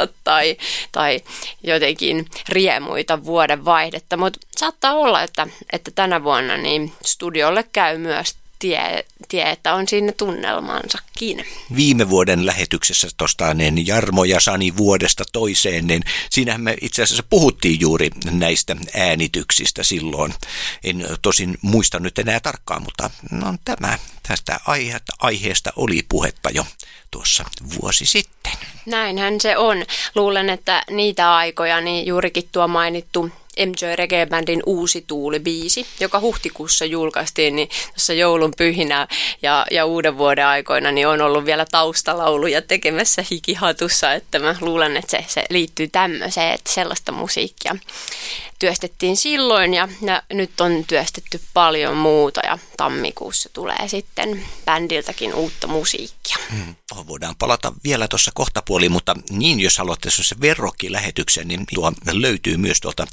Speaker 4: tai jotenkin riemuita vuoden vaihdetta. Mutta saattaa olla, että tänä vuonna niin studiolle käy myös tie, että on siinä tunnelmansakin.
Speaker 3: Viime vuoden lähetyksessä niin Jarmo ja Sani vuodesta toiseen, niin siinähän me itse asiassa puhuttiin juuri näistä äänityksistä silloin. En tosin muista nyt enää tarkkaan, mutta no, tästä aiheesta oli puhetta jo tuossa vuosi sitten.
Speaker 4: Näinhän se on. Luulen, että niitä aikoja niin juurikin tuo mainittu MJ Reggae-bändin Uusi Tuuli-biisi, joka huhtikuussa julkaistiin niin tuossa joulun pyhinä ja uuden vuoden aikoina, niin on ollut vielä taustalauluja tekemässä hikihatussa, että mä luulen, että se liittyy tämmöiseen, että sellaista musiikkia työstettiin silloin ja nyt on työstetty paljon muuta ja tammikuussa tulee sitten bändiltäkin uutta musiikkia.
Speaker 3: Voidaan palata vielä tuossa kohtapuoliin, mutta niin jos haluatte se verrokkilähetyksen, niin tuo löytyy myös tuolta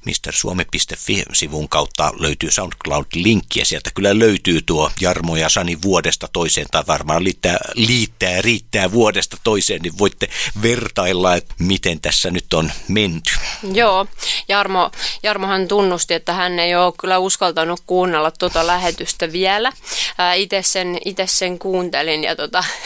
Speaker 3: mrsuomi.fi-sivun kautta löytyy SoundCloud-linkki ja sieltä kyllä löytyy tuo Jarmo ja Sani vuodesta toiseen tai varmaan riittää vuodesta toiseen, niin voitte vertailla, että miten tässä nyt on menty.
Speaker 4: Joo, Jarmohan tunnusti, että hän ei ole kyllä uskaltanut kuunnella tuota lähetystä vielä. Itse sen kuuntelin ja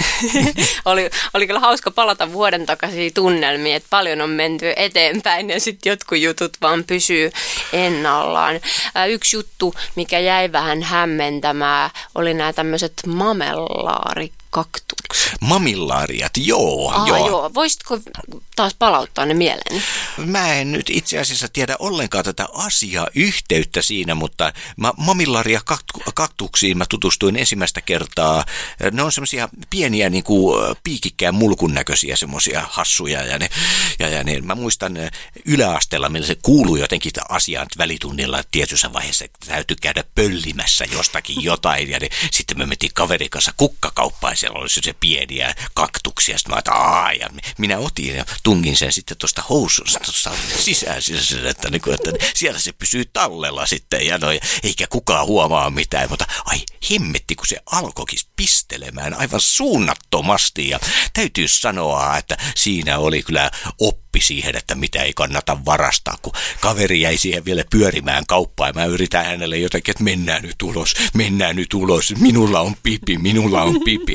Speaker 4: oli kyllä hauska palata vuoden takaisin tunnelmiin, että paljon on menty eteenpäin ja sitten jotkut jutut vaan pysyy ennallaan. Yksi juttu, mikä jäi vähän hämmentämään, oli nämä tämmöiset mamellaarit.
Speaker 3: Mamillaariat, joo.
Speaker 4: Joo. Voisitko taas palauttaa ne mieleen?
Speaker 3: Mä en nyt itse asiassa tiedä ollenkaan tätä asiayhteyttä siinä, mutta mamillaaria kaktuksiin mä tutustuin ensimmäistä kertaa. Ne on semmoisia pieniä niin kuin piikikkään mulkun näköisiä semmoisia hassuja ja ne, mä muistan yläasteella, millä se kuului jotenkin asiaan välitunnilla tietyssä vaiheessa, että täytyy käydä pöllimässä jostakin jotain ja sitten me mentiin kaverin kanssa kukkakauppaan. Siellä oli se pieniä kaktuksia. Sitten mä ja minä otin ja tungin sen sitten tuosta housusta sisään, että siellä se pysyy tallella sitten. Ja eikä kukaan huomaa mitään, mutta hemmetti, kun se alkoikin pistelemään aivan suunnattomasti. Ja täytyy sanoa, että siinä oli kyllä oppi siihen, että mitä ei kannata varastaa, kun kaveri jäi siihen vielä pyörimään kauppaan. Mä yritän hänelle jotenkin, että mennään nyt ulos, minulla on pipi.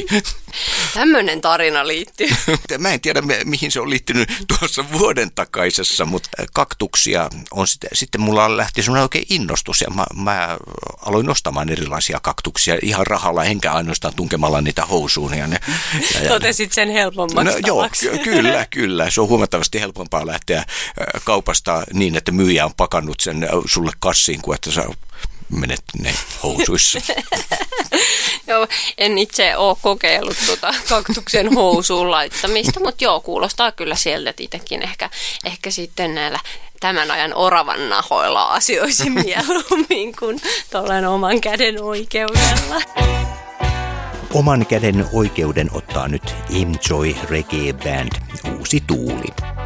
Speaker 4: Tämmöinen tarina liittyy.
Speaker 3: Mä en tiedä, mihin se on liittynyt tuossa vuoden takaisessa, mutta kaktuksia on sitten mulla lähti semmoinen oikein innostus ja mä aloin nostamaan erilaisia kaktuksia ihan rahalla, enkä ainoastaan tunkemalla niitä housuun.
Speaker 4: Totesit sen helpommaksi tavaksi.
Speaker 3: Joo, kyllä. Se on huomattavasti helpompaa lähteä kaupasta niin, että myyjä on pakannut sen sulle kassiin, kuin että sä menet ne housuissa.
Speaker 4: Joo, en itse ole kokeillut kaktuksen housuun laittamista, mutta joo, kuulostaa kyllä sieltä, että itsekin ehkä sitten näillä tämän ajan oravan nahoilla asioisin mieluummin kuin tuollainen oman käden oikeudella.
Speaker 3: Oman käden oikeuden ottaa nyt Enjoy Reggae Band Uusi tuuli.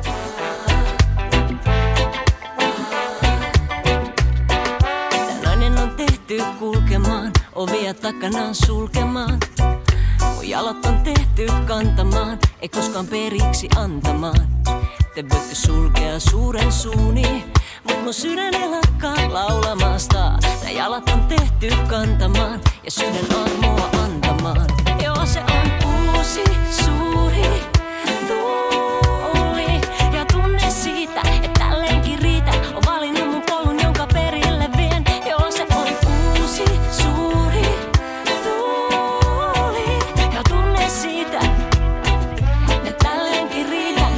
Speaker 9: Nainen on tehty kulkemaan, ovia takanaan sulkemaan. Mun jalat on tehty kantamaan, ei koskaan periksi antamaan. Te voitte sulkea suuren suuni, mut mun sydän ei lakkaa laulamasta. Nää jalat on tehty kantamaan ja sydän armoa antamaan. Joo, se on uusi suuri tuuli ja tunne siitä, että tälleenkin riitän. On valinnut mun polun, jonka perille vien. Joo, se on uusi suuri tuuli ja tunne siitä, että tälleenkin riitän.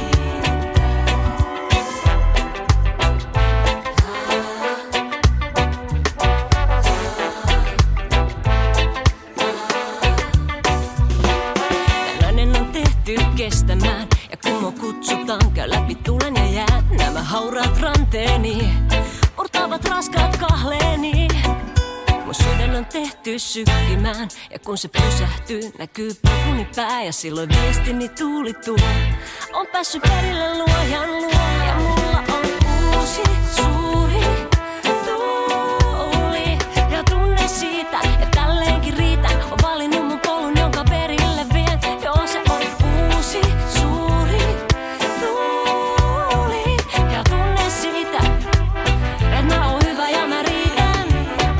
Speaker 9: Kestämään. Ja kun mua kutsutaan, käy läpi tulen ja jään. Nämä hauraat ranteeni murtaavat raskaat kahleeni. Mun sydän on tehty sykkimään. Ja kun se pysähtyy, näkyy pakuni pää. Ja silloin viestini tuulituu. On päässyt perille luojan luo. Ja mulla on uusi suuri tuuli. Ja tunne siitä, että tälleenkin riitän. On valinnut mun polun, jonka perille vien. Joo, se on uusi suuri tuuli ja tunne siitä, että mä oon hyvä ja mä riitän.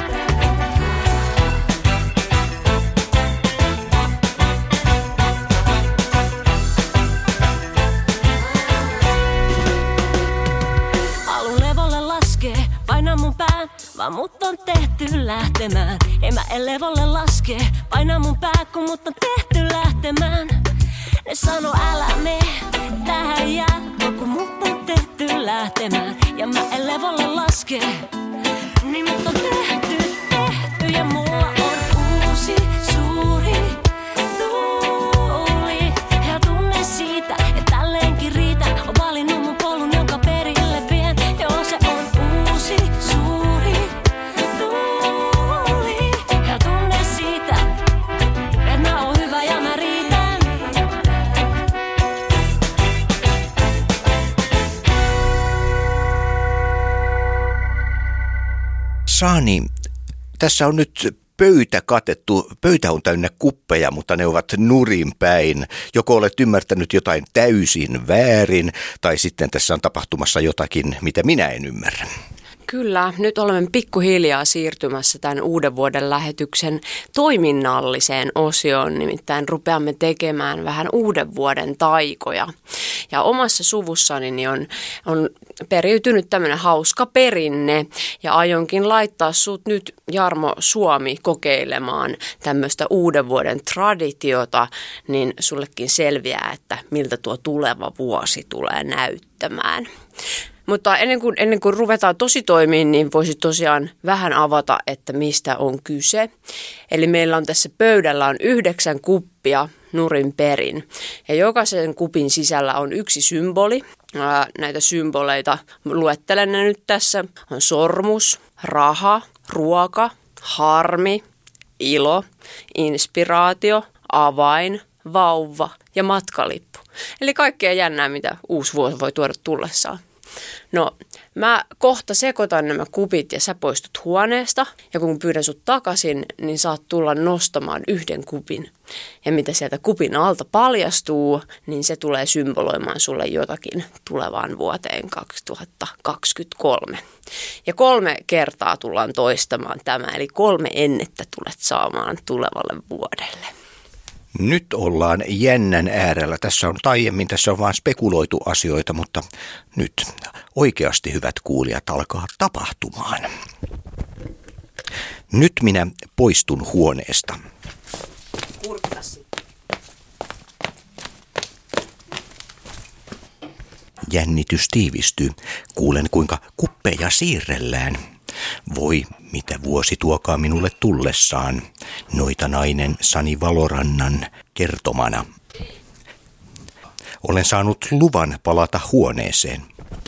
Speaker 9: Alun levolle laskee, paina mun pää, vaan mut on tehty lähtemään. En mä levolle laske, paina mun pää, kun mut on tehty lähtemään. Ne sano älä me tähän jää, kun mut on tehty lähtemään. Ja mä en levolle laske, niin mut on tehty ja mulla on uusi suuri tuuli. Ja tunne siitä, että tälleenkin riitän. On valinnut mun polun, jonka perille vien. Joo, se on uusi suuri tuuli. Ja tunne siitä, että mä oon hyvä ja mä riitän.
Speaker 3: Saani, tässä on nyt pöytä katettu. Pöytä on täynnä kuppeja, mutta ne ovat nurin päin. Joko olet ymmärtänyt jotain täysin väärin, tai sitten tässä on tapahtumassa jotakin, mitä minä en ymmärrä.
Speaker 4: Kyllä, nyt olemme pikkuhiljaa siirtymässä tämän uuden vuoden lähetyksen toiminnalliseen osioon, nimittäin rupeamme tekemään vähän uuden vuoden taikoja. Ja omassa suvussani niin on periytynyt tämmöinen hauska perinne ja aionkin laittaa sut nyt Jarmo Suomi kokeilemaan tämmöistä uuden vuoden traditiota, niin sullekin selviää, että miltä tuo tuleva vuosi tulee näyttämään. Mutta ennen kuin ruvetaan tositoimiin, niin voisi tosiaan vähän avata, että mistä on kyse. Eli meillä on tässä pöydällä on 9 kuppia nurin perin. Ja jokaisen kupin sisällä on yksi symboli. Näitä symboleita luettelen ne nyt tässä. On sormus, raha, ruoka, harmi, ilo, inspiraatio, avain, vauva ja matkalippu. Eli kaikkea jännää, mitä uusi vuosi voi tuoda tullessaan. No, mä kohta sekoitan nämä kupit ja sä poistut huoneesta. Ja kun pyydän sut takaisin, niin saat tulla nostamaan yhden kupin. Ja mitä sieltä kupin alta paljastuu, niin se tulee symboloimaan sulle jotakin tulevaan vuoteen 2023. Ja 3 kertaa tullaan toistamaan tämä, eli 3 ennettä tulet saamaan tulevalle vuodelle.
Speaker 3: Nyt ollaan jännän äärellä. Tässä on vain spekuloitu asioita, mutta nyt oikeasti hyvät kuulijat alkaa tapahtumaan. Nyt minä poistun huoneesta. Jännitys tiivistyy. Kuulen, kuinka kuppeja siirrellään. Voi, mitä vuosi tuokaa minulle tullessaan. Noita nainen Sani Valorannan kertomana. Olen saanut luvan palata huoneeseen.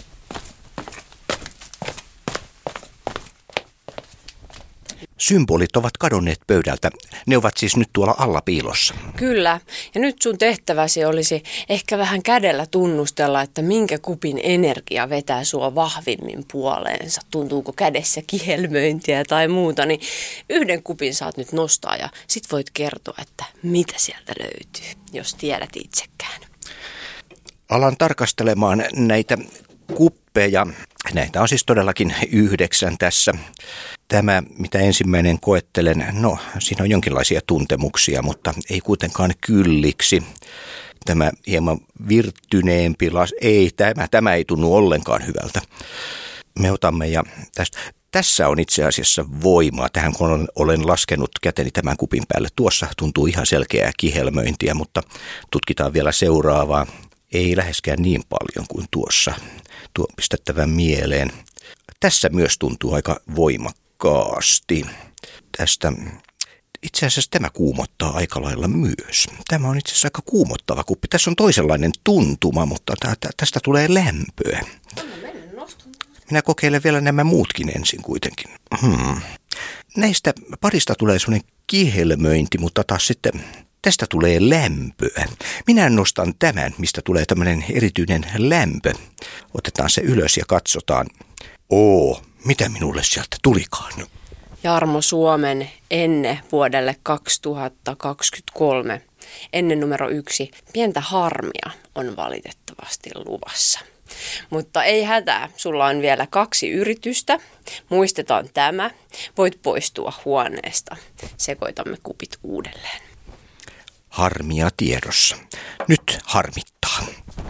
Speaker 3: Symbolit ovat kadonneet pöydältä. Ne ovat siis nyt tuolla alla piilossa.
Speaker 4: Kyllä. Ja nyt sun tehtäväsi olisi ehkä vähän kädellä tunnustella, että minkä kupin energia vetää sua vahvimmin puoleensa. Tuntuuko kädessä kihelmöintiä tai muuta, niin yhden kupin saat nyt nostaa ja sit voit kertoa, että mitä sieltä löytyy, jos tiedät itsekään.
Speaker 3: Alan tarkastelemaan näitä kuppeja. Näitä on siis todellakin 9 tässä. Tämä, mitä ensimmäinen koettelen, no siinä on jonkinlaisia tuntemuksia, mutta ei kuitenkaan kylliksi. Tämä hieman virttyneempi, tämä ei tunnu ollenkaan hyvältä. Me otamme ja tässä on itse asiassa voimaa. Tähän kun olen laskenut käteni tämän kupin päälle. Tuossa tuntuu ihan selkeää kihelmöintiä, mutta tutkitaan vielä seuraavaa. Ei läheskään niin paljon kuin tuossa. Tuo pistettävän mieleen. Tässä myös tuntuu aika voimakkaasti. Tästä itse asiassa tämä kuumottaa aika lailla myös. Tämä on itse asiassa aika kuumottava kuppi. Tässä on toisenlainen tuntuma, mutta tästä tulee lämpöä. Minä kokeilen vielä nämä muutkin ensin kuitenkin. Näistä parista tulee sellainen kihelmöinti, mutta taas sitten tästä tulee lämpöä. Minä nostan tämän, mistä tulee tämmöinen erityinen lämpö. Otetaan se ylös ja katsotaan. Mitä minulle sieltä tulikaan?
Speaker 4: Jarmo Suomen enne vuodelle 2023. Ennen numero 1. Pientä harmia on valitettavasti luvassa. Mutta ei hätää, sulla on vielä 2 yritystä. Muistetaan tämä. Voit poistua huoneesta. Sekoitamme kupit uudelleen.
Speaker 3: Harmia tiedossa. Nyt harmittaa.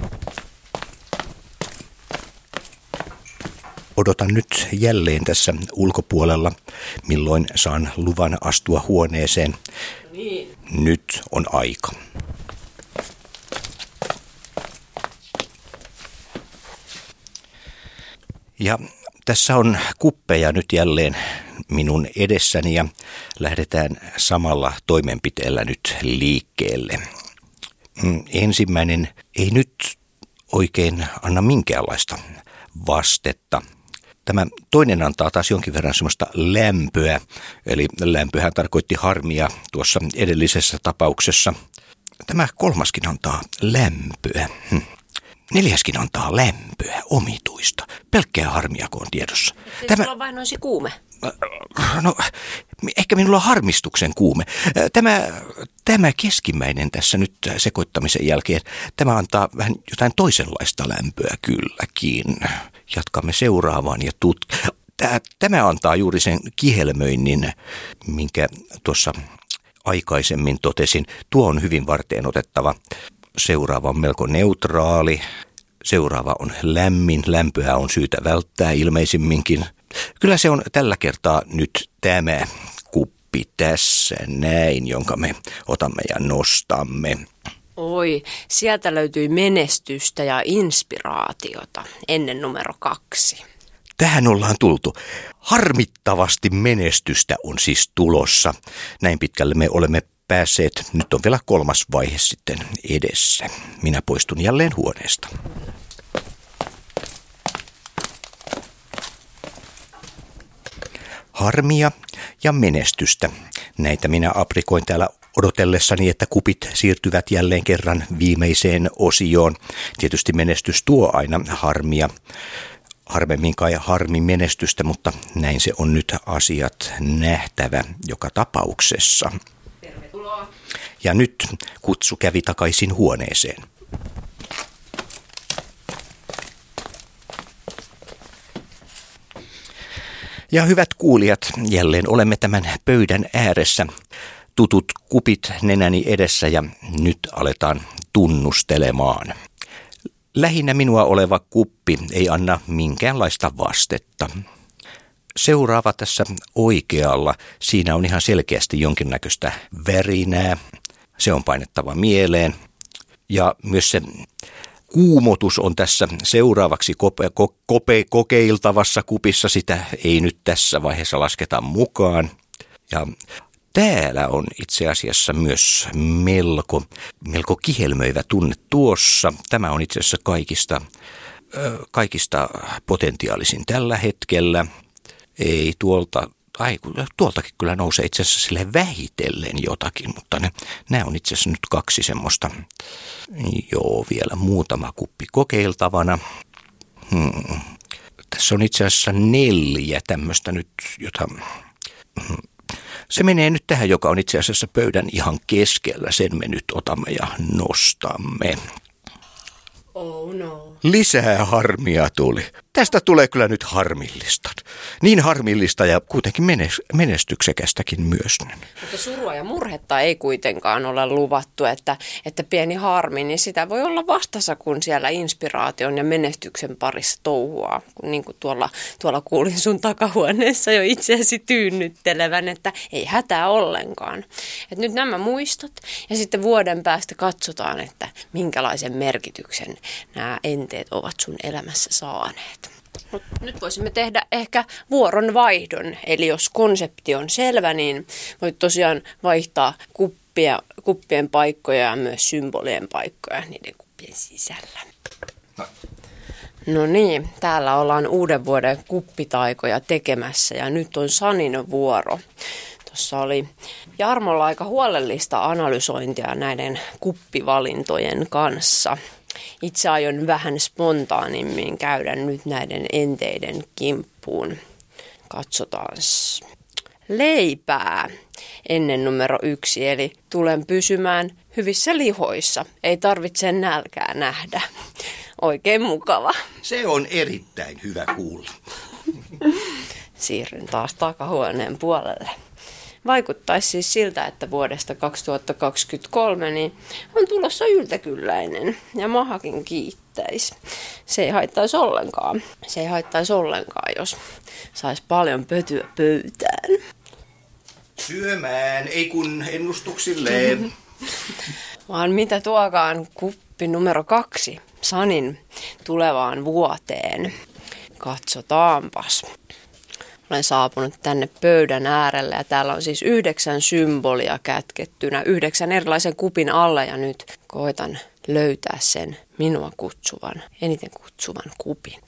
Speaker 3: Odotan nyt jälleen tässä ulkopuolella, milloin saan luvan astua huoneeseen. Niin. Nyt on aika. Ja tässä on kuppeja nyt jälleen minun edessäni ja lähdetään samalla toimenpiteellä nyt liikkeelle. Ensimmäinen ei nyt oikein anna minkäänlaista vastetta. Tämä toinen antaa taas jonkin verran semmoista lämpöä, eli lämpöhän tarkoitti harmia tuossa edellisessä tapauksessa. Tämä kolmaskin antaa lämpöä. 4. antaa lämpöä, omituista. Pelkkää harmiako on tiedossa.
Speaker 4: Tämä on vain noisi kuume.
Speaker 3: No, ehkä minulla on harmistuksen kuume. Tämä keskimmäinen tässä nyt sekoittamisen jälkeen, tämä antaa vähän jotain toisenlaista lämpöä kylläkin. Jatkamme seuraavaan ja tämä antaa juuri sen kihelmöinnin, minkä tuossa aikaisemmin totesin. Tuo on hyvin varteenotettava. Seuraava on melko neutraali. Seuraava on lämmin. Lämpöä on syytä välttää ilmeisimminkin. Kyllä se on tällä kertaa nyt tämä kuppi tässä näin, jonka me otamme ja nostamme.
Speaker 4: Oi, sieltä löytyi menestystä ja inspiraatiota ennen numero 2.
Speaker 3: Tähän ollaan tultu. Harmittavasti menestystä on siis tulossa. Näin pitkälle me olemme päässeet. Nyt on vielä 3. vaihe sitten edessä. Minä poistun jälleen huoneesta. Harmia ja menestystä. Näitä minä aprikoin täällä odotellessani, että kupit siirtyvät jälleen kerran viimeiseen osioon. Tietysti menestys tuo aina harmia. Harvemmin kai harmi menestystä, mutta näin se on nyt asiat nähtävä joka tapauksessa.
Speaker 4: Tervetuloa.
Speaker 3: Ja nyt kutsu kävi takaisin huoneeseen. Ja hyvät kuulijat, jälleen olemme tämän pöydän ääressä. tutut kupit nenäni edessä ja nyt aletaan tunnustelemaan. Lähinnä minua oleva kuppi ei anna minkäänlaista vastetta. Seuraava tässä oikealla, siinä on ihan selkeästi jonkinnäköistä värinää. Se on painettava mieleen. Ja myös se kuumotus on tässä seuraavaksi kokeiltavassa kupissa. Sitä ei nyt tässä vaiheessa lasketa mukaan. Ja täällä on itse asiassa myös melko kihelmöivä tunne tuossa. Tämä on itse asiassa kaikista potentiaalisin tällä hetkellä. Ei tuoltakin kyllä nousee itse asiassa sille vähitellen jotakin, mutta nämä on itse asiassa nyt 2 semmoista. Joo, vielä muutama kuppi kokeiltavana. Tässä on itse asiassa 4 tämmöistä nyt, jota... Se menee nyt tähän, joka on itse asiassa pöydän ihan keskellä. Sen me nyt otamme ja nostamme.
Speaker 4: Oh no.
Speaker 3: Lisää harmia tuli. Tästä tulee kyllä nyt harmillista. Niin harmillista ja kuitenkin menestyksekästäkin myös.
Speaker 4: Mutta surua ja murhetta ei kuitenkaan ole luvattu, että pieni harmi, niin sitä voi olla vastassa, kun siellä inspiraation ja menestyksen parissa touhuaa. Niin kuin tuolla kuulin sun takahuoneessa jo itseäsi tyynnyttelevän, että ei hätää ollenkaan. Että nyt nämä muistot ja sitten vuoden päästä katsotaan, että minkälaisen merkityksen nämä enteet ovat sun elämässä saaneet. Nyt voisimme tehdä ehkä vuoronvaihdon, eli jos konsepti on selvä, niin voit tosiaan vaihtaa kuppien paikkoja ja myös symbolien paikkoja niiden kuppien sisällä. No niin, täällä ollaan uuden vuoden kuppitaikoja tekemässä ja nyt on Sanin vuoro. Tuossa oli Jarmolla aika huolellista analysointia näiden kuppivalintojen kanssa. Itse aion vähän spontaanimmin käydä nyt näiden enteiden kimppuun. Katsotaan. Leipää ennen numero 1, eli tulen pysymään hyvissä lihoissa. Ei tarvitse nälkää nähdä. Oikein mukava.
Speaker 3: Se on erittäin hyvä kuulla.
Speaker 4: Siirryn taas takahuoneen puolelle. Vaikuttaisi siis siltä, että vuodesta 2023 niin on tulossa yltäkylläinen ja mahakin kiittäisi. Se ei haittaisi ollenkaan, jos saisi paljon pötyä pöytään.
Speaker 3: Syömään, ei kun ennustuksilleen.
Speaker 4: Vaan mitä tuokaan kuppi numero 2 Sanin tulevaan vuoteen. Katsotaanpas. Olen saapunut tänne pöydän äärelle ja täällä on siis 9 symbolia kätkettynä 9 erilaisen kupin alle ja nyt koitan löytää sen minua eniten kutsuvan kupin.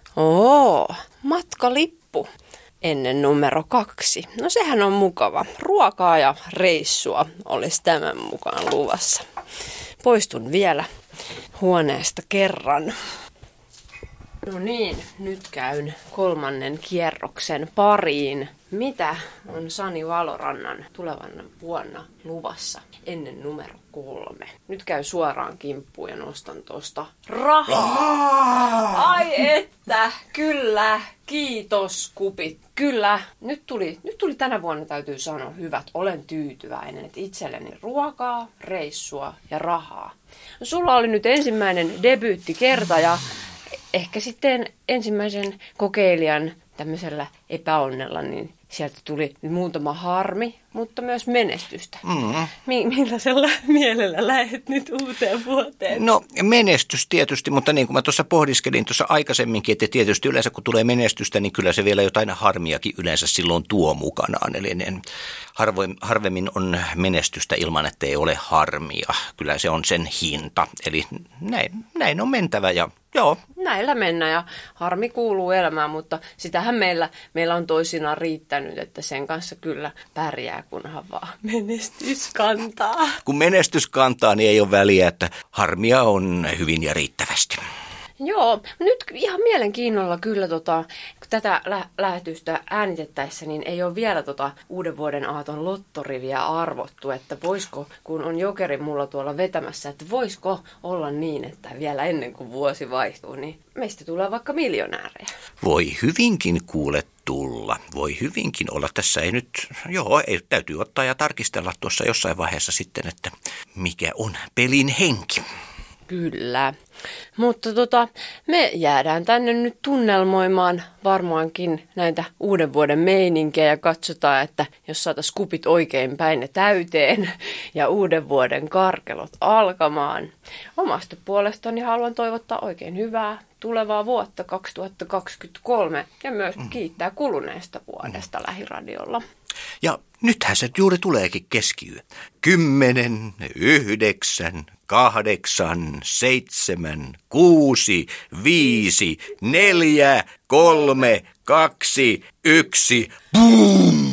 Speaker 4: Matkalippu ennen numero 2. No sehän on mukava. Ruokaa ja reissua olisi tämän mukaan luvassa. Poistun vielä huoneesta kerran. No niin, nyt käyn 3. kierroksen pariin. Mitä on Sani Valorannan tulevana vuonna luvassa ennen numero 3? Nyt käy suoraan kimppuun ja nostan tuosta rahaa. Ai että, kyllä, kiitos kupit. Kyllä, nyt tuli tänä vuonna täytyy sanoa hyvät, olen tyytyväinen, että itselleni ruokaa, reissua ja rahaa. No, sulla oli nyt ensimmäinen debyyttikerta ja ehkä sitten ensimmäisen kokeilijan tämmöisellä epäonnella, niin sieltä tuli muutama harmi, mutta myös menestystä. Millaisella mielellä lähdet nyt uuteen vuoteen?
Speaker 3: No menestys tietysti, mutta niin kuin mä tuossa pohdiskelin tuossa aikaisemminkin, että tietysti yleensä kun tulee menestystä, niin kyllä se vielä jotain harmiakin yleensä silloin tuo mukanaan. Eli harvemmin on menestystä ilman, että ei ole harmia. Kyllä se on sen hinta. Eli näin on mentävä ja joo.
Speaker 4: Näillä mennään ja harmi kuuluu elämään, mutta sitähän meillä on toisinaan riittänyt, että sen kanssa kyllä pärjää, kunhan vaan menestys kantaa.
Speaker 3: Kun menestys kantaa, niin ei ole väliä, että harmia on hyvin ja riittävästi.
Speaker 4: Joo, nyt ihan mielenkiinnolla kyllä, kun tätä lähetystä äänitettäessä, niin ei ole vielä uuden vuoden aaton lottoriviä arvottu, että voisiko, kun on jokeri mulla tuolla vetämässä, että voisiko olla niin, että vielä ennen kuin vuosi vaihtuu, niin meistä tulee vaikka miljonäärejä.
Speaker 3: Voi hyvinkin kuule tulla. Voi hyvinkin olla. Tässä ei nyt, täytyy ottaa ja tarkistella tuossa jossain vaiheessa sitten, että mikä on pelin henki.
Speaker 4: Kyllä. Mutta me jäädään tänne nyt tunnelmoimaan varmaankin näitä uuden vuoden meininkejä ja katsotaan, että jos saataisiin kupit oikein päin ne täyteen ja uuden vuoden karkelot alkamaan. Omasta puolestani haluan toivottaa oikein hyvää tulevaa vuotta 2023 ja myös kiittää kuluneesta vuodesta Lähiradiolla.
Speaker 3: Ja nythän se juuri tuleekin keskiyö. 10, 9, 8, 7, 6, 5, 4, 3, 2, 1, boom!